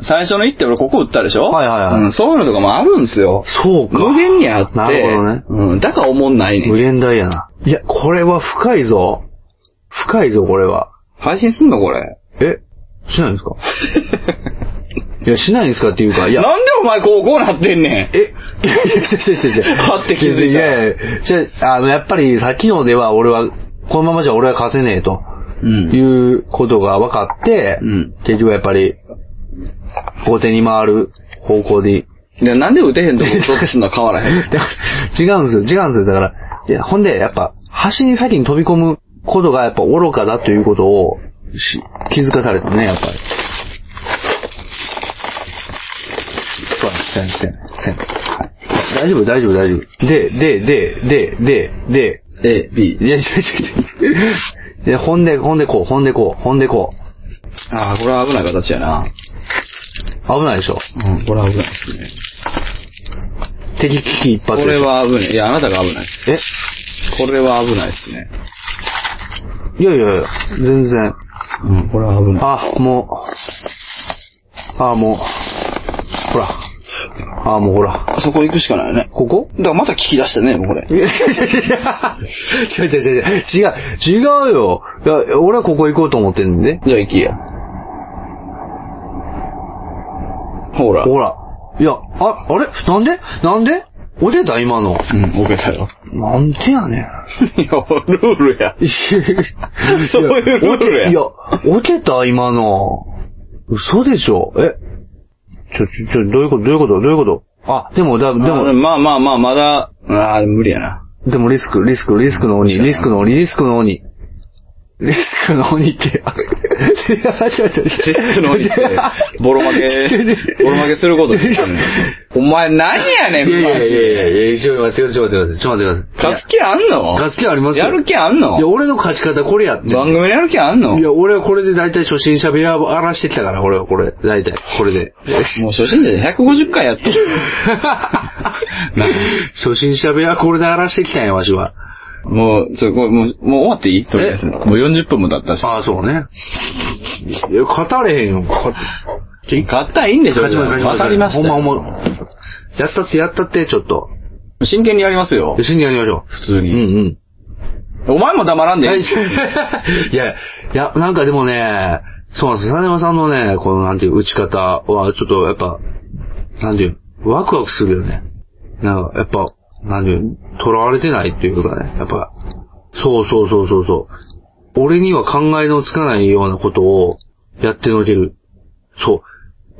最初の一手俺ここ打ったでしょ？そういうのとかもあるんですよ。 そうか。 無限にあって。 なるほどね。 だから思んないね。 無限大やな。いや、これは深いぞ、これは。 配信すんのこれ。 しないんですか？いや、しないんですかっていうか、いや。 なんでお前こうなってんねん。 はって気づいた。 やっぱりさっきのでは俺は、 このままじゃ俺は勝てねえと。いうことが分かって、結局やっぱり、後手に回る方向で。 で、なんで打てへんとこどっちの変わらへん違うんですよ。だから、いや、ほんで、やっぱ、端に先に飛び込むことがやっぱ愚かだということを気づかされたね、やっぱり。大丈夫。で、 A、B。 いや、ほんでこう。 ああ、これは危ない形やな。 危ないでしょ。 これは危ないですね。 敵危機一発でしょ。 これは危ない。いや、あなたが危ないです。これは危ないですね。 いや、全然。 これは危ない。 もう、ほら。 そこ行くしかないね。 ここ？ だからまた聞き出したね、もうこれ。 違うよ。いや、俺はここ行こうと思ってんで。 じゃあ行きや。ほら。 いや、あれなんで折れた今の。 折れたよ。 なんでやねん。 いや、ルールや。そういうルールや。 いや、折れた今の。嘘でしょ。どういうことでも、 まだ、無理やな。 でもリスクの鬼って。リスクの鬼って。リスクの鬼って、 ボロ負けすることですよね。お前何やねん、 いや、ちょっと待ってください。 勝つ気あんの？ 勝つ気ありますよ。 やる気あんの？ いや、俺の勝ち方これやって。 番組やる気あんの？ いや、俺はこれで大体初心者部屋を荒らしてきたから、俺はこれ、大体、これで。 もう初心者で150回やっとる。 初心者部屋これで荒らしてきたんや、わしは。 もう終わっていい？とりあえず。もう40分も経ったし。 ああ、そうね。いや、勝たれへんよ。 勝ったらいいんでしょ？ 勝ちまわかりました。 ほんま。やったって、ちょっと。 真剣にやりますよ。 真剣にやりましょう。 普通に。お前も黙らんでいい。 いや、なんかでもね、そうなんです。佐山さんのね、このなんていう打ち方は、ちょっとやっぱ、なんていう、ワクワクするよね。なんか、やっぱ、なんていう、囚われてないっていうかね、やっぱ、そう。俺には考えのつかないようなことをやってのける。そう。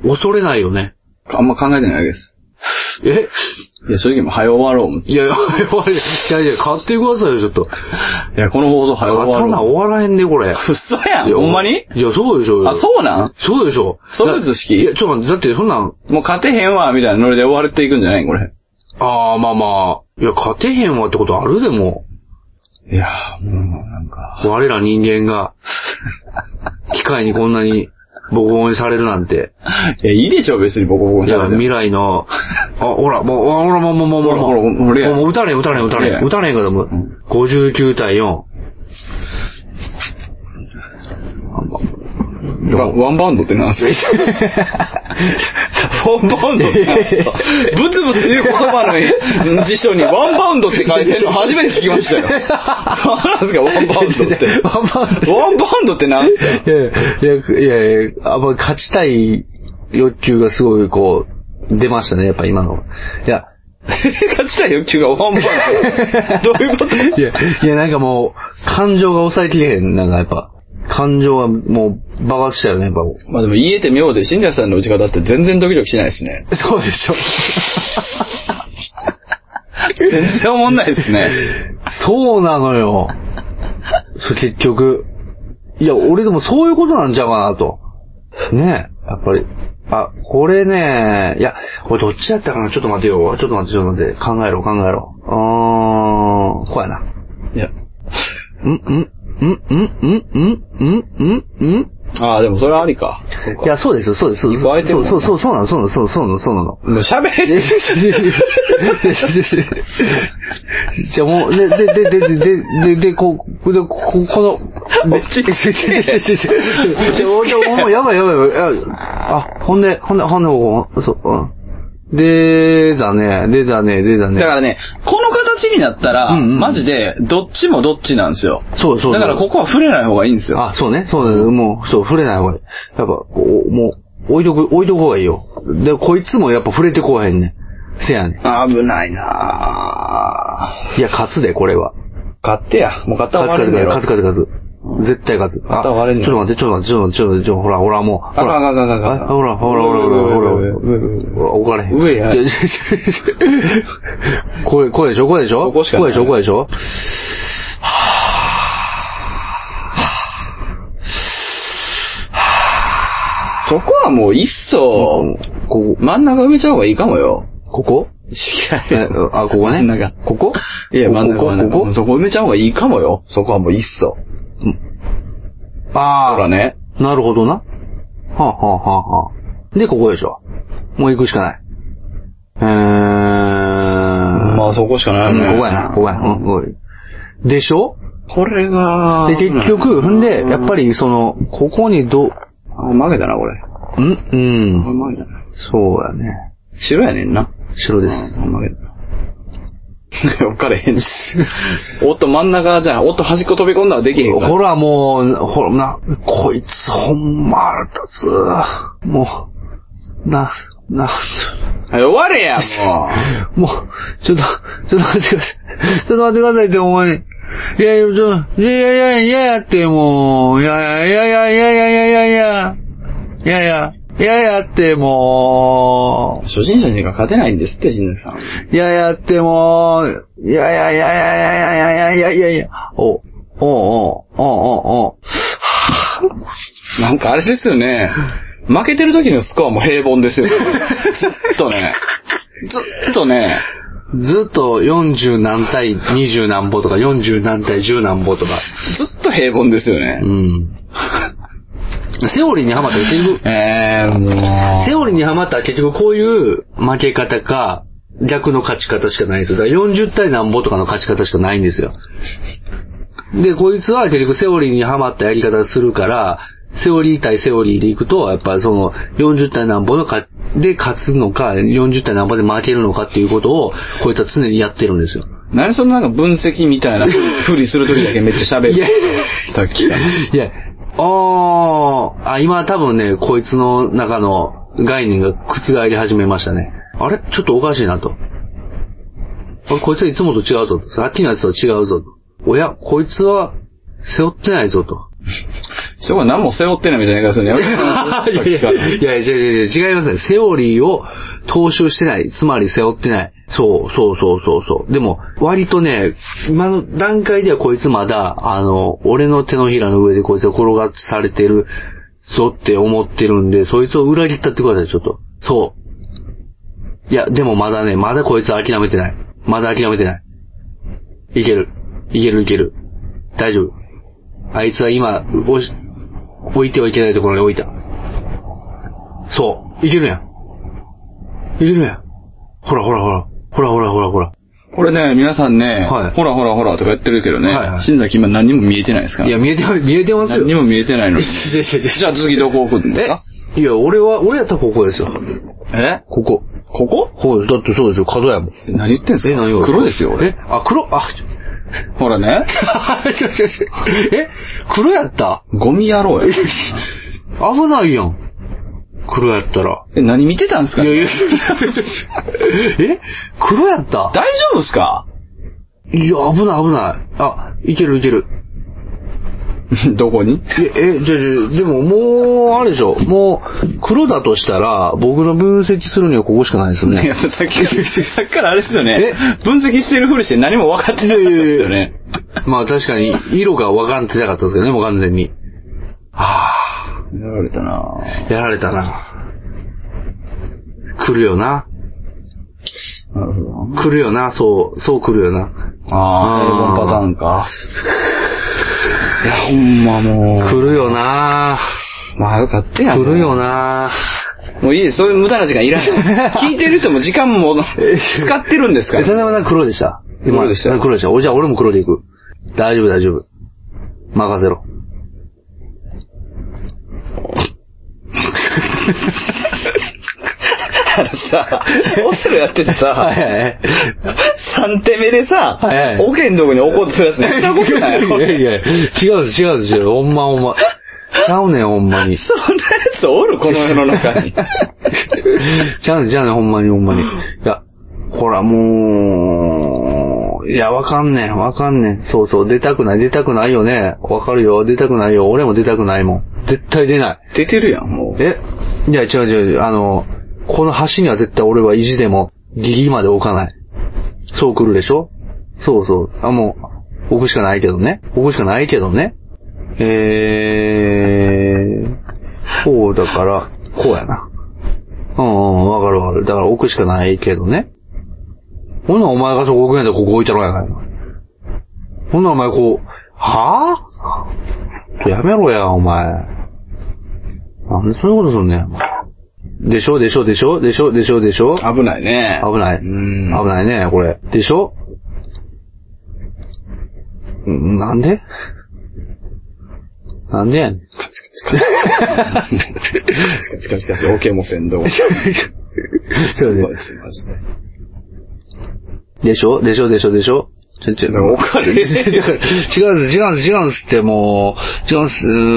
恐れないよね。 あんま考えてないです。いや、正直もう早終わろう思って。 いや、買ってくださいよ、ちょっと。 いや、この放送早終わろう。 刀終わらへんね、これ。 嘘やん。ほんまに？ いや、そうでしょ。 あ、そうなん？ そうでしょ。 そういう図式？ いや、ちょっと待って、だってそんなん。 もう勝てへんわ、みたいなノリで終わっていくんじゃないこれ。 ああ、まあ。いや、勝てへんわってことあるでも。 いや、もうなんか。 我ら人間が、機械にこんなにボコボコにされるなんて。 いや、いいでしょ、別にボコボコにされる。 いや、未来の、ほら、もう打たれんからもう、59対4。 ワンバウンドって何すか？ワンバウンドって何すか？ブツブツ言う言葉の辞書にワンバウンドって書いてるの初めて聞きましたよ。何すか、ワンバウンドって。ワンバウンドって何すか？ いや、勝ちたい欲求がすごいこう、出ましたね、やっぱ今の。いや、 勝ちたい欲求がワンバウンドどういうこと？ いや、なんかもう、感情が抑えきれへん、なんかやっぱ。感情はもう爆発したよね、やっぱ。 まあでも言えて妙で、新谷さんの打ち方って全然ドキドキしないですね。 そうでしょ。 全然思んないですね。 そうなのよ。結局。いや、俺でもそういうことなんちゃうかなと。ねえ、やっぱり。これね、いや、これどっちだったかな？ちょっと待って。考えろ。こうやな。 いや。ああ、でもそれはありか。 いや、そうですよ。そうなの。もう喋れ。 じゃあもう、この、やばい。ほんで、そう。でだね。 だからね、この形になったら、マジで、どっちもどっちなんですよ。 そう。 だからここは触れない方がいいんですよ。 あ、そうね。もう、触れない方がいい。やっぱ、もう、置いとく方がいいよ。で、こいつもやっぱ触れてこうへんね。せやね。 危ないなぁ。 いや、勝つで、これは。 勝ってや。もう勝ったら終わるんだよ。 勝つ。絶対勝つ。 勝ったら終われんねん。 ちょっと待って、ほら、もう。 あかん。 ほら。置かれへん。 上や。 声でしょ声でしょそこはもういっそ、ここ、真ん中埋めちゃう方がいいかもよ。 ここ違う。 ここね。 真ん中。 ここいや、真ん中。ここそこ埋めちゃう方がいいかもよ。そこはもういっそ。 ああ。 ほらね。 なるほどな。はあ。で、ここでしょ。もう行くしかない。 まあそこしかないよね。 ここやな。でしょこれが、 で、結局、やっぱりここに負けたな、これ。負けたな。 そうやね。 白やねんな。 白です。 負けたな。分かれへんし。おっと真ん中じゃん。おっと端っこ飛び込んだらできへんから。 ほらもう、こいつほんま腹立つ。もう、はい、 終われや、もう。 もう、ちょっと待ってください。ちょっと待ってくださいって、お前。いやってもう、いやってもう。 初心者にが勝てないんですって、新崎さん。 やってもう、 なんかあれですよね。負けてる時のスコアも平凡ですよ。ずっとね。 ずっと40何対20何歩とか40何対10何歩とか。 ずっと平凡ですよね。 セオリーにハマったら結局、セオリーにハマったら結局こういう負け方か、逆の勝ち方しかないんですよ。だから40対何歩とかの勝ち方しかないんですよ。で、こいつは結局セオリーにハマったやり方するから、セオリー対セオリーでいくと、やっぱり40対何歩で勝つのか、40対何歩で負けるのかっていうことを、こいつは常にやってるんですよ。 何そのなんか分析みたいなふりするときだけめっちゃ喋る。さっき。 今多分ね、こいつの中の概念が覆り始めましたね。あれちょっとおかしいなと。こいつはいつもと違うぞと。さっきのやつと違うぞと。こいつは背負ってないぞと。 そこは何も背負ってないみたいな言い方するね。 いや、違いますね。セオリーを踏襲してない。つまり背負ってない。そう。でも、割とね、今の段階ではこいつまだ、俺の手のひらの上でこいつが転がされてるぞって思ってるんで、そいつを裏切ったってください、ちょっと。そう。いや、でもまだこいつ諦めてない。いける。大丈夫。あいつは今、置いてはいけないところに置いた。そう。いけるやん。ほら。 これね、皆さんね、ほらとか言ってるけどね、新崎今何にも見えてないですか？ いや、見えてますよ。 何にも見えてないのに。じゃあ次どこ置くんですか？ いや、俺やったらここですよ。ここそうです。だってそうですよ。角やもん。 何言ってんすか？黒ですよ。 黒？ ほらね。 黒やった？ ゴミ野郎や。 危ないやん。黒やったら。 何見てたんすか？ いや。黒やった？ 大丈夫っすか？ いや、危ない。いける。 どこに？ でももう、あれでしょ。もう、黒だとしたら、僕の分析するにはここしかないですよね。 いや、さっきからあれですよね。分析してるふりして何も分かってなかったですよね。 まあ確かに、色が分かってなかったですけどね、もう完全に。 やられたな。 来るよな。 なるほど。 来るよな、そう来るよな。 平凡パターンか。いや、ほんまもう。 来るよな。 まあよかったやん。 来るよな。 もういいです。そういう無駄な時間いらない。聞いてる人も時間も使ってるんですから。 佐々山さん黒でした。 黒でした。 じゃあ俺も黒でいく。大丈夫。任せろ。 さ、オセロやっててさ、3手目でさ、オケんとこに置こうとするやつ見たことない。 いや、違うですよ。ほんま。ちゃうねん、ほんまに。 そんなやつおるこの世の中に。 ちゃうねん、ほんまに。いや、ほら、もいや、わかんねん。そうそう、出たくないよね。わかるよ、出たくないよ。俺も出たくないもん。絶対出ない。 出てるやん、もう。 いや、違う。この橋には絶対俺は意地でもギリまで置かない。そう来るでしょ？そう。もう、置くしかないけどね。こうだから、こうやな。わかる。だから置くしかないけどね。ほんならお前がそこ置くんやったらここ置いたろやないの。ほんならお前こう、はぁ？やめろや、お前。なんでそういうことすんねん。でしょ危ないね。 危ないね、これ。でしょ？なんでやねん。 チカチ、OK もせんど。 そうね。でしょだからおかる。 違うんすって、もう、違うんす。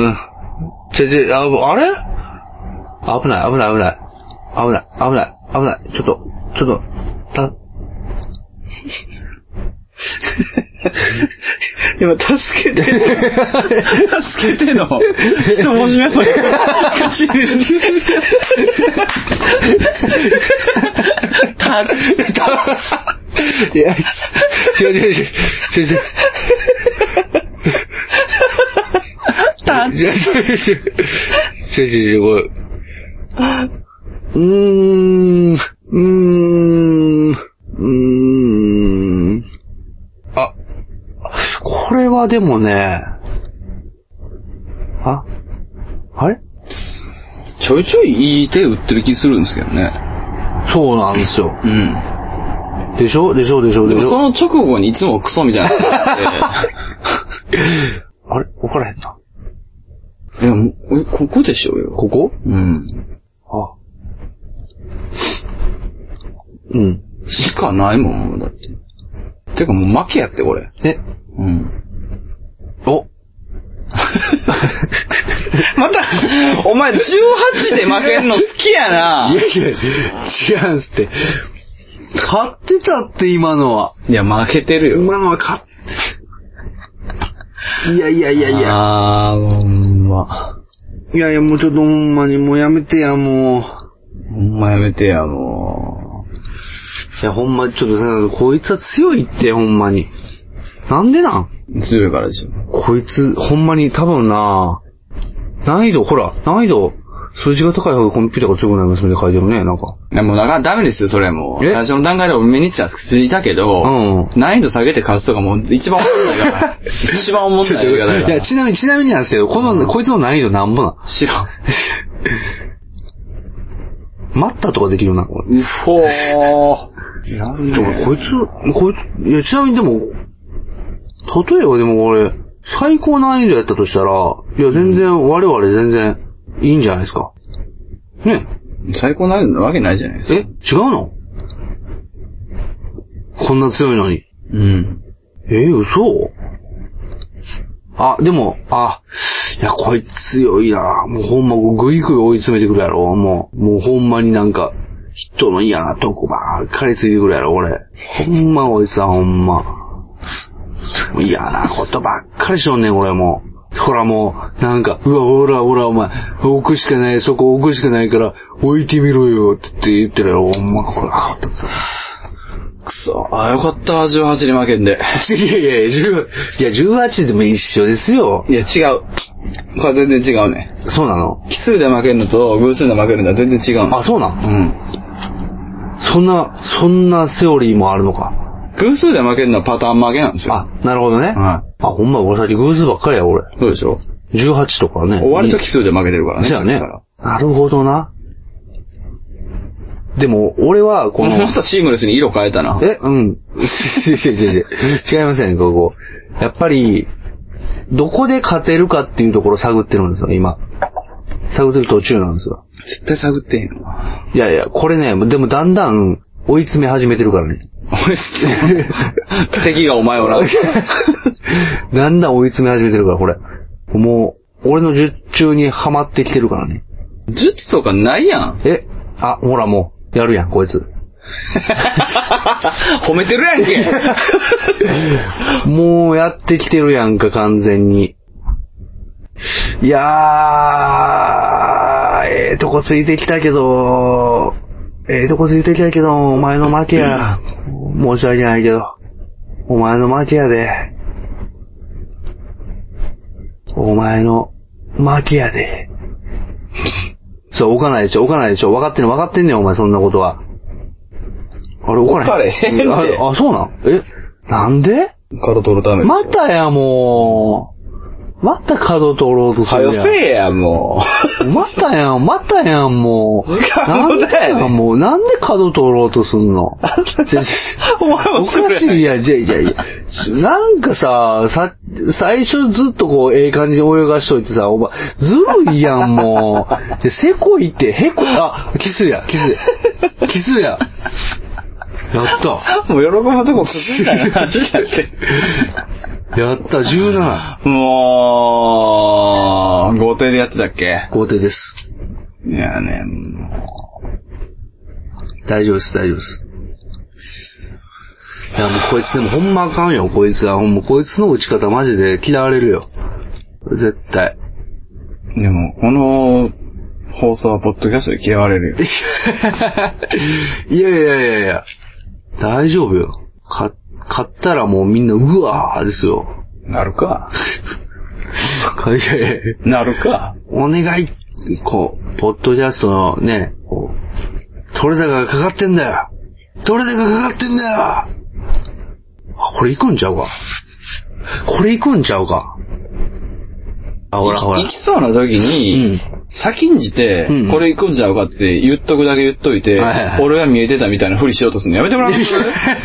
あれ？危ない。ちょっと、 今、助けての。一文字目まで。 いや、違う。これはでもね、あれ？ ちょいちょいいい手打ってる気するんですけどね。 そうなんですよ。 うん。 でしょ。 その直後にいつもクソみたいな。 あれ？分からへんな。 いや、ここでしょうよ。 ここ？ うん。しかないもん、だって。てかもう負けやって、これ。うん。 おまた、お前18で負けんの好きやな。 いや、違うんすって。勝ってたって、今のは。 いや、負けてるよ。 今のは勝って。いや。 ほんま。 いや、もうちょっとほんまに、もうやめてや、もう。 ほんまやめてや、もう。いや、ほんま、ちょっとさ、こいつは強いって、ほんまに。なんでなん？ 強いからでしょ。 こいつ、ほんまに多分な、難易度、数字が高い方がコンピューターが強くなりますみたいな書いてるね、なんか。 いや、もうダメですよ、それもう。最初の段階で俺目についたけど、難易度下げて勝つとかもう一番思んないから。一番思んないから。 いや、ちなみになんですけど、こいつの難易度なんぼな？ 知らん。 待ったとかできるな、これ。 うほー。やるね。 こいつ、いや、ちなみにでも、例えばでも俺、最高難易度やったとしたら、いや、我々全然いいんじゃないですか。ね。 最高難易度なわけないじゃないですか。 違うの？こんな強いのに。 うん。 嘘？でも、いや、こいつ強いな。もうほんまぐいぐい追い詰めてくるやろ。もうほんまになんか、人の嫌なとこばっかりついてくるやろ、俺。ほんまこいつはほんま。嫌なことばっかりしよんねん、俺もう。ほらもう、なんか、ほら、お前、置くしかない、そこ置くしかないから、置いてみろよ、って言ってるやろ、ほんま、これ、あったさ。 くそ、よかった、18で負けんで。 いや、18でも一緒ですよ。 いや、違う。これ全然違うね。 そうなの？ 奇数で負けるのと偶数で負けるのは全然違うの。 そうなん？ うん。 そんなセオリーもあるのか。 偶数で負けるのはパターン負けなんですよ。 なるほどね。 はい。 ほんま、俺先偶数ばっかりや、俺。 そうでしょ？ 18とかね。 割と奇数で負けてるからね。 そうやね。なるほどな。でも、俺は、 またシームレスに色変えたな。 違いません、ここ。やっぱり、どこで勝てるかっていうところを探ってるんですよ、今。探ってる途中なんですよ。 絶対探ってんよ。 いや、これね、でもだんだん追い詰め始めてるからね。 敵がお前をな。 だんだん追い詰め始めてるから、これ。もう、俺の術中にはまってきてるからね。 術とかないやん。 ほらもう、やるやん、こいつ。 褒めてるやんけ。 もうやってきてるやんか、完全に。いやー、とこついてきたけど、お前の負けや。申し訳ないけど、お前の負けやで。お前の負けやで。そう、置かないでしょ。分かってんねん、お前、そんなことは。あれ、置かれへん。あ、そうなん？なんで？ 角取るため。 またや、もう。また角取ろうとするやん。 はよせえや、もう。またやん、もう。 時間無駄やねん。 もう、なんで角取ろうとすんの？おかしいや、いや。なんかさ、最初ずっとこう、感じに泳がしといてさ、お前、ずるいやん、もう。で、せこいって、キスや。やった。 もう喜ぶとこくずいたな、話だって。 やった、17。 もう、豪邸でやってたっけ？ 豪邸です。 いやね、もう。大丈夫です。いや、もうこいつでもほんまあかんよ、こいつは。もうこいつの打ち方マジで嫌われるよ。絶対。 でも、この放送はポッドキャストで嫌われるよ。 いや。大丈夫よ。勝ったらもうみんな、うわーですよ。 なるか。 なるか。 お願い。ポッドキャストのね、取れ高がかかってんだよ。これ行くんちゃうか。ほら。 行きそうな時に、先んじて、これ行くんちゃうかって言っとくだけ言っといて、俺は見えてたみたいなふりしようとするのやめてもらう？違う。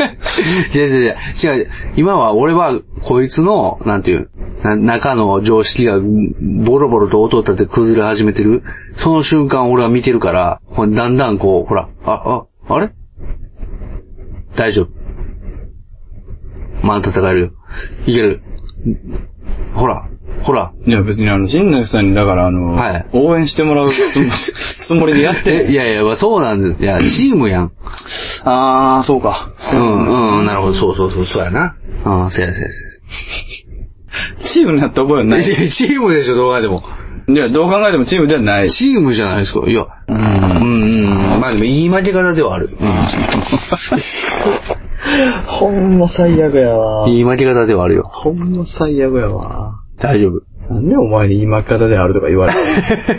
今は俺はこいつの、なんていう、中の常識がボロボロと音を立て崩れ始めてる。その瞬間俺は見てるから、だんだんこう、ほら、あれ？大丈夫。まあ戦えるよ。いける。ほら。 いや別に新内さんにだから応援してもらうつもりでやって。 いや、そうなんです。いや、チームやん。 あー、そうか。 なるほど、そうやな。そうや。 チームになった覚えはない。 チームでしょ、動画でも。 いや、どう考えてもチームではない。 チームじゃないですか。いや。まあでも言い負け方ではある。 ほんま最悪やわ。 言い負け方ではあるよ。 ほんま最悪やわ。 大丈夫。 なんでお前に言い負け方であるとか言われて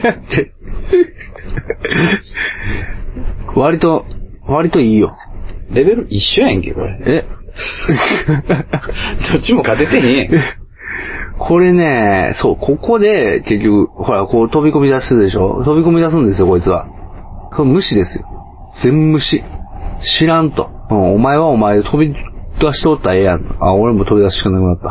割といいよ。 レベル一緒やんけ、これ。どっちも勝ててへん。 これね、そう、ここで、結局、ほら、こう飛び込み出すでしょ？飛び込み出すんですよ、こいつは。これ無視ですよ。全無視。知らんと。お前はお前で飛び出しとったらええやん。俺も飛び出すしかなくなった。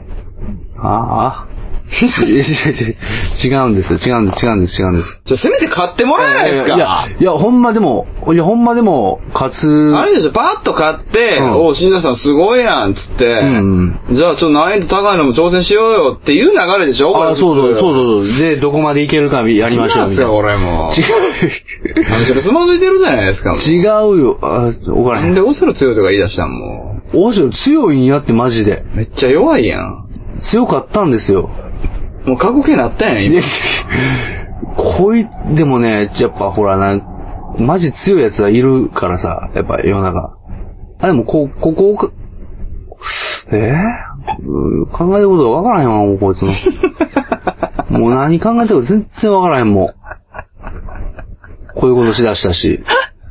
違うんです。 せめて買ってもらえないですか？ いや、ほんまでも、勝つ。 あれですよ、パッと買って、新田さんすごいやん、つって、じゃあちょっと難易度高いのも挑戦しようよっていう流れでしょ？ そう。で、どこまでいけるかやりましょう。 なんですか、俺も。違う。それつまずいてるじゃないですか。 違うよ。 なんでオセロ強いとか言い出したんもう。オセロ強いんやって、マジで。 めっちゃ弱いやん。 強かったんですよ。 もう過去形になったやん、今。 こいつ、でもね、やっぱほらマジ強いやつはいるからさ、やっぱ世の中。でもここ、考えることがわからへんわ、もうこいつの。もう何考えてるか全然わからへん、もう。こういうことしだしたし。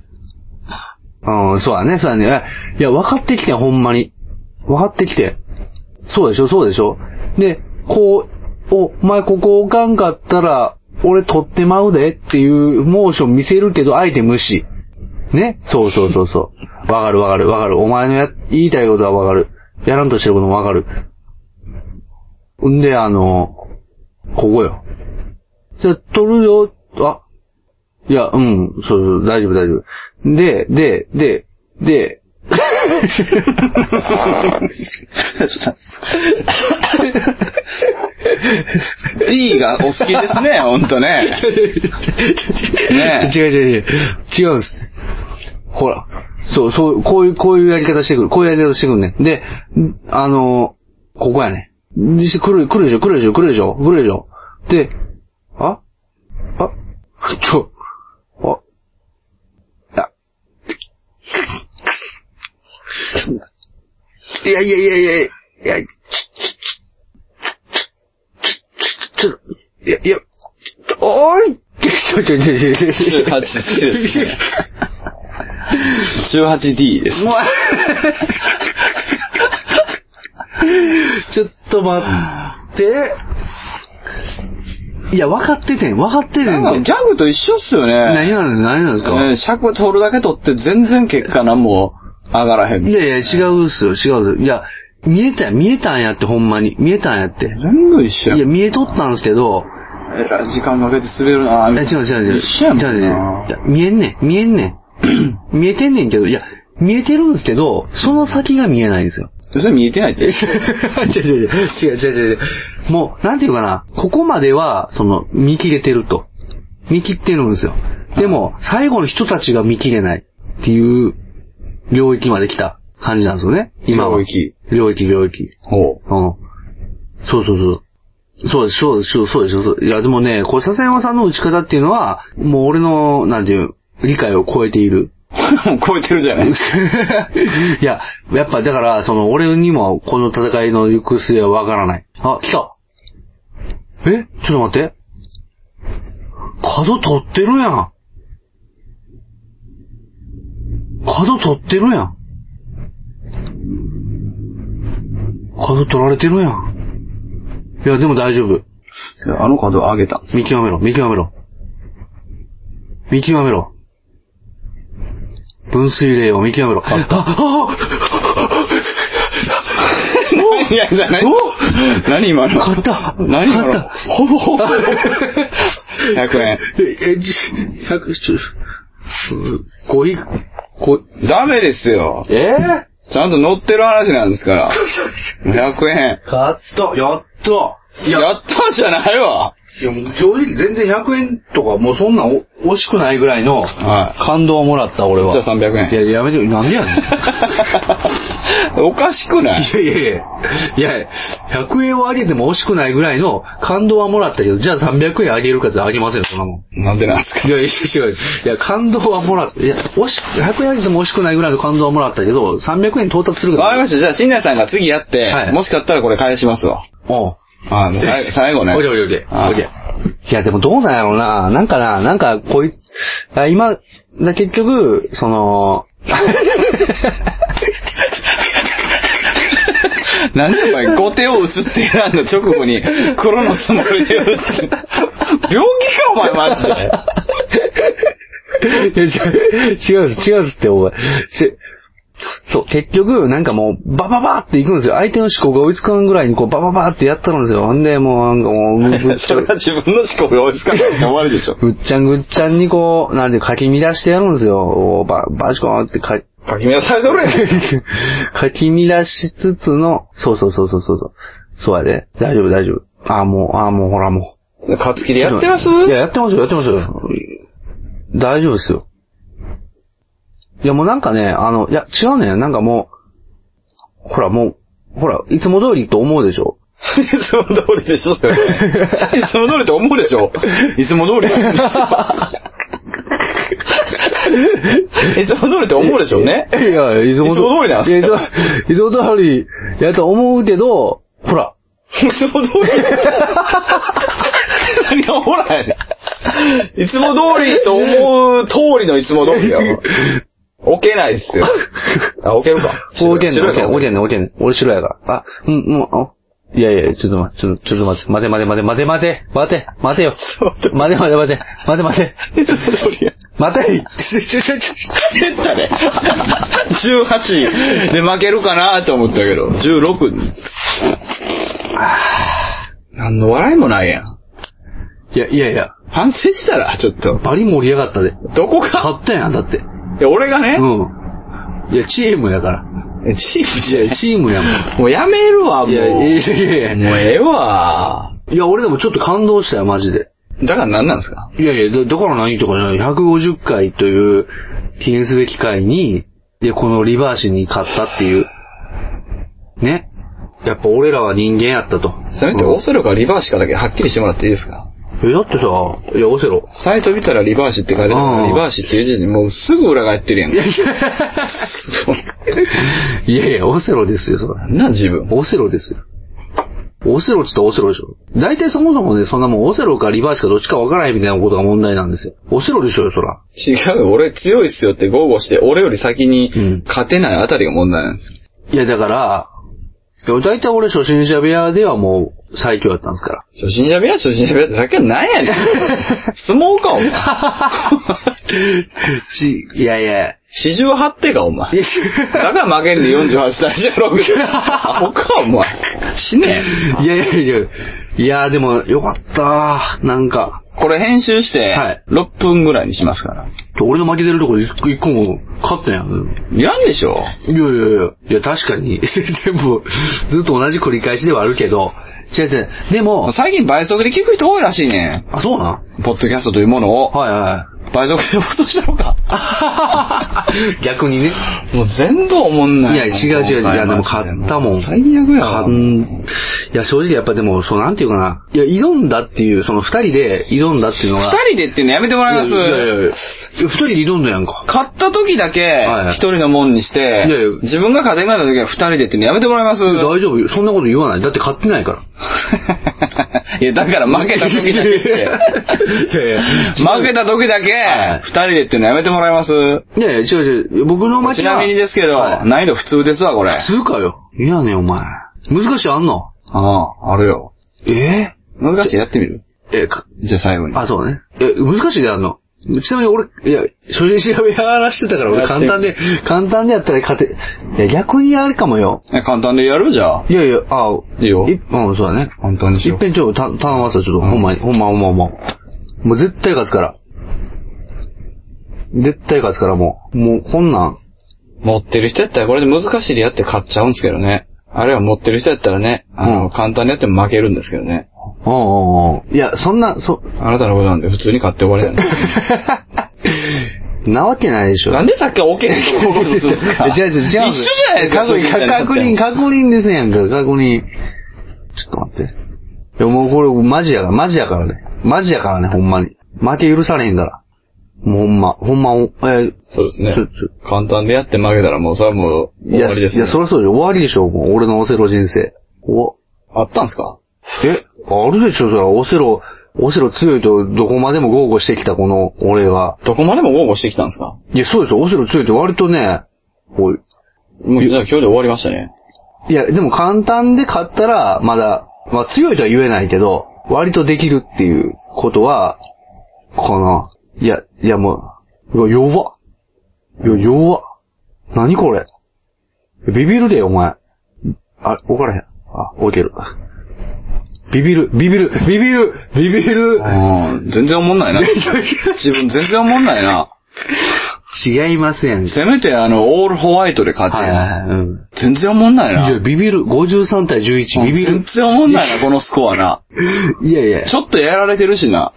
そうだね。いや、分かってきて、ほんまに。分かってきて。そうでしょ。で、お前ここ置かんかったら、俺取ってまうでっていうモーション見せるけど、相手無視。ね？そう。わかる。お前の言いたいことはわかる。やらんとしてることもわかる。んで、ここよ。じゃ、取るよ。いや、そう、大丈夫。で、 D がお好きですね、ほんとね。 違うんです。ほら、 そう、こういうやり方してくる。こういうやり方してくるね。で、ここやね。来るでしょ。で、いや、おーい 18D です。 ちょっと待って。いや、分かっててん。 ギャグと一緒っすよね。 何なんですか？ 尺取るだけ取って全然結果何も上がらへん。 いや、違うっすよ。いや、見えたんやって、ほんまに。見えたんやって。 全部一緒や。 いや、見えとったんすけど。 時間かけて滑るなぁ。 違う。 一緒やもんな。 いや、見えんねん。見えてんねんけど、いや、見えてるんですけど、その先が見えないんですよ。 それ見えてないって。 違う。もう、なんていうかな、ここまでは、見切れてると。見切ってるんですよ。でも、最後の人たちが見切れないっていう領域まで来た感じなんですよね。今は。領域。 ほう。 うん。そうでしょ。いや、でもね、これ笹山さんの打ち方っていうのは、もう俺の、なんていう、理解を超えている。 超えてるじゃない。 いや、やっぱだから、俺にもこの戦いの行く末はわからない。あ、来た。ちょっと待って。角取ってるやん。角取られてるやん。いや、でも大丈夫。 あの角上げたんですか？ 見極めろ。分水嶺を見極めろ。 何今の？ 買った。 ほぼ。100円。ダメですよ。ちゃんと乗ってる話なんですから。100円。 買った。やったじゃないわ。 いや、もう正直全然100円とかもうそんな惜しくないぐらいの感動をもらった俺は。 じゃあ300円。 いや、やめて、なんでやねん。おかしくない？ いや、100円をあげても惜しくないぐらいの感動はもらったけど、じゃあ300円あげるかってあげませんよ、そんなもん。 なんでなんですか？ いや、違う。いや、感動はもらった。いや、100円あげても惜しくないぐらいの感動はもらったけど、300円到達するかわかりました。じゃあ、新内さんが次やって、もしかったらこれ返しますわ。最後ね。 オッケー。いや、でもどうなんやろうな。なんか、こいつ、今、結局、 なんでお前、後手を打つって選んだ直後に、黒のつもりで打つ。病気かお前、マジで。 違うっすって、お前。そう、結局、なんかもう、バババーっていくんですよ。相手の思考が追いつかんぐらいに、バババーってやったんですよ。ほんで、もう、 それは自分の思考が追いつかないって終わりでしょ。 ぐっちゃんになんで書き乱してやるんですよ。バチコーンって書き乱されとるやん。 書き乱しつつの、そう。そうやで。大丈夫。もう、ほらもう。勝つ気でやってます？ いや、やってますよ。大丈夫ですよ。いやもうなんかね、いや違うね。なんかもう、ほら、いつも通りと思うでしょ。 いつも通りでしょ。いつも通りと思うでしょ。いつも通り。いつも通りと思うでしょうね。 いや、いつも通りなんですよ。いつも通りやと思うけど、ほら。 いつも通り。何がほらやねん。いつも通りと思う通りのいつも通りだよ。置けないっすよ。置けるか。 置けんね。俺白やから。もう、いや、ちょっと待って。待てよ。待て減ったね。18で負けるかなと思ったけど、16。何の笑いもないやん。 いや。 反省したら、ちょっと。 バリ盛り上がったで。 どこか勝ったやん、だって。 いや、俺がね。 いや、チームやから。 チームやもん。 もうやめるわ、もう。いや。もうええわ。 いや、俺でもちょっと感動したよ、マジで。 だから何なんですか？ いや、だから何とかじゃない。150回という記念すべき回に、 いや、このリバーシに勝ったっていう。ね。やっぱ俺らは人間やったと。 せめてオセロかリバーシかだけはっきりしてもらっていいですか？ だってさ、いや、オセロ。 サイト見たらリバーシって書いてあるから、リバーシっていう時点でもうすぐ裏返ってるやんか。 いやいや、オセロですよ、それ。 自分。 オセロですよ。オセロって言ったらオセロでしょ。大体そもそもね、そんなもんオセロかリバーシかどっちかわからないみたいなことが問題なんですよ。オセロでしょよ、そら。 違う、俺強いっすよって豪語して、俺より先に勝てないあたりが問題なんです。 いや、だから、大体俺初心者部屋ではもう最強だったんですから。 初心者部屋ってさっきは何やねん。相撲か、お前。 いやいや。 四十八手か、お前。だから負けんで48対16。アホか、お前。死ねえ。いや、でもよかった。なんか。 これ編集して、6分ぐらいにしますから。 俺の負けてるとこ一個も勝ったやん。 いらんでしょ。 いや、確かに。全部、ずっと同じ繰り返しではあるけど、違う。でも、 最近倍速で聞く人多いらしいね。 あ、そうなん？ ポッドキャストというものを。倍速で落としたのか。 逆にね。 もう全部おもんない。 いや、違う。いや、でも勝ったもん。 最悪やわ。 いや、正直やっぱでも、なんていうかな。いや、挑んだっていう、その二人で挑んだっていうのが。 二人でっていうのやめてもらいます？いや、 二人で挑んだやんか。 勝った時だけ、一人のもんにして、自分が勝てなかった時は二人でっていうのやめてもらいます？ 大丈夫。そんなこと言わない。だって勝ってないから。 いや、だから負けた時だけって。負けた時だけ、二人でっていうのやめてもらいます？ いや、違う。僕の町は。 ちなみにですけど、難易度普通ですわ、これ。 普通かよ。いやね、お前。難しいあんの？ あるよ。難しいやってみる？じゃあ最後に。 あ、そうね。難しいであんの？ちなみに俺、いや、初心者やらしてたから俺簡単でやったら勝て、いや、逆にあれかもよ。 簡単でやるじゃあ。 いや、いいよ。 そうだね。 簡単にしよう。 一遍頼ますわ、ちょっと、ほんま。もう絶対勝つから。もう、こんなん。持ってる人やったらこれで難しいでやって勝っちゃうんですけどね。あるいは持ってる人やったらね、簡単にやっても負けるんですけどね。 いや、そんな、 あなたのことなんで普通に勝って終わりなんです。 なわけないでしょ。 なんでさっきはオケのところするんですか？違う。一緒じゃないですか。 確認ですやんか、確認。ちょっと待って。いや、もうこれマジやからね、ほんまに。負け許されへんから。もうほんま、 そうですね。簡単でやって負けたらもうそれはもう終わりですね。 いや、そりゃそうでしょ。終わりでしょ、もう俺のオセロ人生。 あったんすか？ あるでしょ、それはオセロ強いとどこまでも豪語してきたこの俺が。 どこまでも豪語してきたんですか？ いや、そうですよ。オセロ強いと割とね、 もう今日で終わりましたね。 いや、でも簡単で勝ったらまだ、強いとは言えないけど、割とできるっていうことは、いやもう、弱っ。何これ。ビビるでよ、お前。わからへん。置いてる。ビビる。 全然思んないな。自分全然思んないな。 違いますやん。 せめてオールホワイトで勝って。全然思んないな。 いや、ビビる。53対11。ビビる。 全然思んないな、このスコアな。 いや。 ちょっとやられてるしな。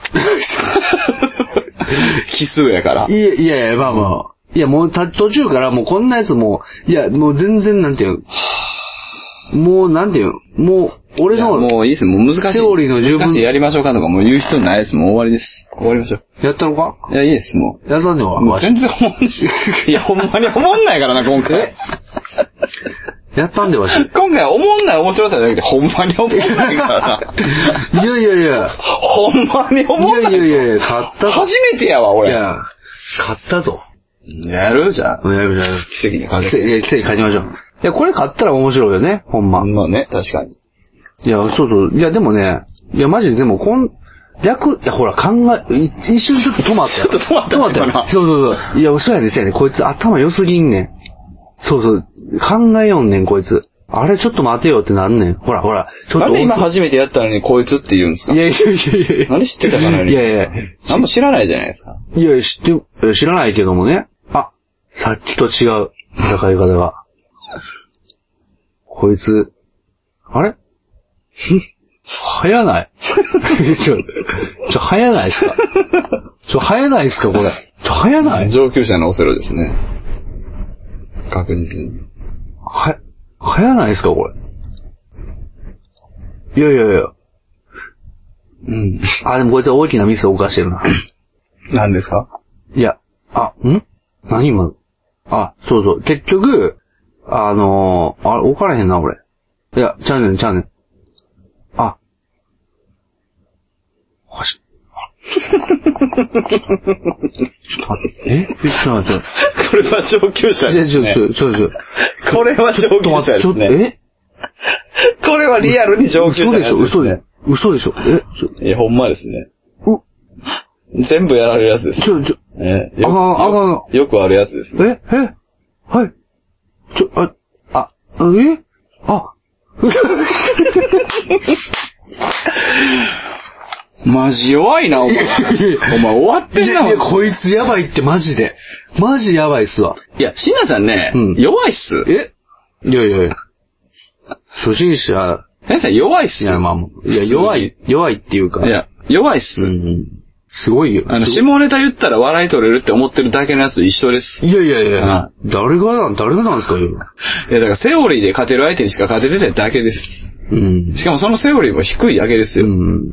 奇数やから。 いや、いや、もう途中からもうこんなやつもう全然なんていうもう俺のもういいです。もう難しい。 セオリーの十分。 難しいやりましょうかとかもう言う必要ないです。もう終わりです。終わりましょう。 やったのか？ いや、いいです、もう。 やったんではもう全然思んない。いや、ほんまに思んないからな、今回。 やったんではし。 今回思んない面白さじゃなくて、ほんまに思んないからな。 いや。 ほんまに思んない。 いや、勝ったぞ。 初めてやわ、俺。 いや、勝ったぞ。 やるじゃん。 やる。 奇跡に勝て。 奇跡に勝ちましょう。いや、これ勝ったら面白いよね、ほんま。 まあね、確かに。 いや、そう。いや、でもね、マジででもいや、ほら、一瞬ちょっと止まったよ。 止まったよ。 そう。いや、そうやね。こいつ頭良すぎんねん。そう。考えよんねん、こいつ。あれ、ちょっと待てよってなんねん。ほら。 ちょっと。なんで今初めてやったのにこいつって言うんですか？ いや。 なんで知ってたかなに。 いや。 何も知らないじゃないですか。 いや、知らないけどもね。さっきと違う戦い方が。こいつ、あれ早ない早ないっすか早ないっすかこれ。早ない？ 上級者のオセロですね。 確実に。 早ないですか、これ。いや。 うん。 でもこいつは大きなミスを犯してるな。 何ですか？ いや、何今？そう。結局、置からへんな、俺。いや、ちゃうねん。ちょっとこれは上級者ですね。これは上級者ですね。これはリアルに上級者ですね。 嘘でしょ。 いや、ほんまですね。全部やられるやつです。よくあるやつです。 はい。 マジ弱いな、お前。お前終わってんな。 いや、こいつやばいって、マジで。マジやばいっすわ。 いや、シナさんね、弱いっす。 いや。初心者。 弱いっすよ。 弱いっていうか。 いや、弱いっす。 すごいよ。 下ネタ言ったら笑い取れるって思ってるだけのやつと一緒です。 いや。誰がなんですかよ。 いや、だからセオリーで勝てる相手にしか勝ててないだけです。しかもそのセオリーも低いだけですよ。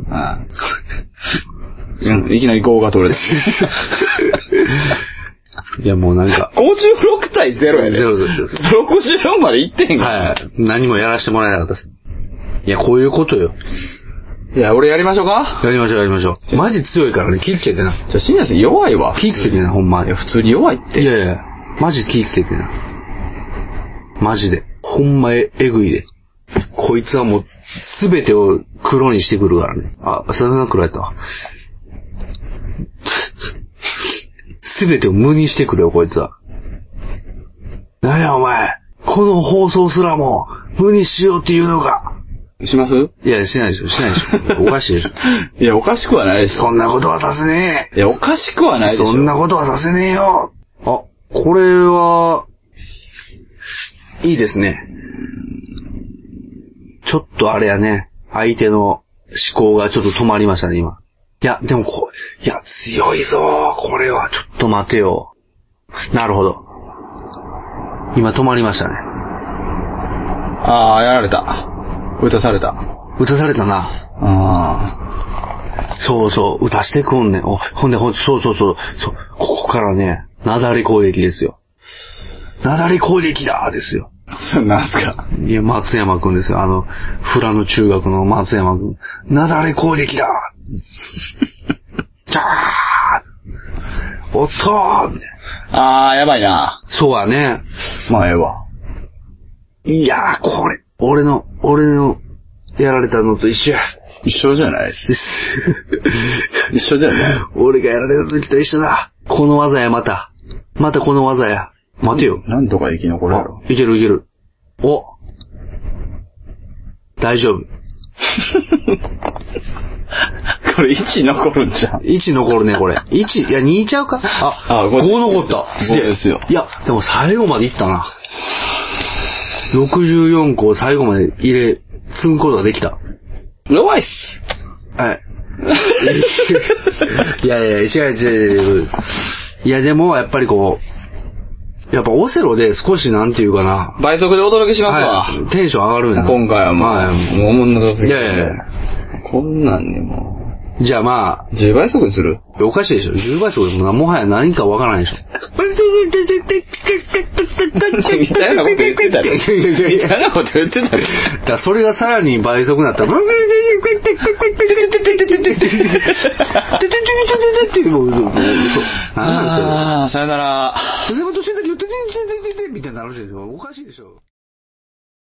いきなり5が取れた。 いや、もうなんか。 56対0やで。64までいってんか。 はい。何もやらせてもらえなかったです。いや、こういうことよ。 いや、俺やりましょうか？ やりましょう。マジ強いからね、気ぃつけてな。 じゃあ、深夜さん弱いわ。 気ぃつけてな、ほんま。 いや、普通に弱いって。 いや。マジ気ぃつけてな。マジで。ほんまえぐいで。こいつはもう、すべてを黒にしてくるからね。それが黒やったわ。すべてを無にしてくるよ、こいつは。なんやお前、この放送すらも無にしようっていうのか。 します？ いや、しないでしょ。おかしいでしょ。 いや、おかしくはないです。 そんなことはさせねえ。いや、おかしくはないでしょ。 そんなことはさせねえよ。これは、いいですね。ちょっとあれやね。相手の思考がちょっと止まりましたね、今。いや、でも強いぞ。これは、ちょっと待てよ。なるほど。今止まりましたね。 やられた。打たされたな。そう、打たしてくんねん。ほんで、そう。ここからね、なだれ攻撃ですよ。なだれ攻撃だですよ。 なんすか？ いや、松山くんですよ。富良野中学の松山くん。なだれ攻撃だじゃーおっとーやばいな。 そうはね。 まあ、ええわ。 いやー、これ、俺の、やられたのと一緒や。 一緒じゃない一緒じゃない俺がやられた時と一緒だ。この技や、またこの技や。待てよ。 なんとか生き残るやろ。 いける。大丈夫。 これ1残るんじゃん。 1残るね、これ。1、いや、2ちゃうか？5残った。 そうですよ。 いや、でも最後までいったな。64個を最後まで積むことができた。 弱いっす。 はい。いや、違う。いや、でも、やっぱりやっぱオセロで少しなんていうかな。 倍速でお届けしますわ。 テンション上がるんやな。 今回はもうおもんなさすぎて。 いや。 こんなんにも。 じゃあまあ。 10倍速にする？ おかしいでしょ。10倍速でもはや何かわからないでしょ。 みたいなこと言ってたね。だからそれがさらに倍速になったら、 さよなら。 みたいな話でしょ。おかしいでしょ。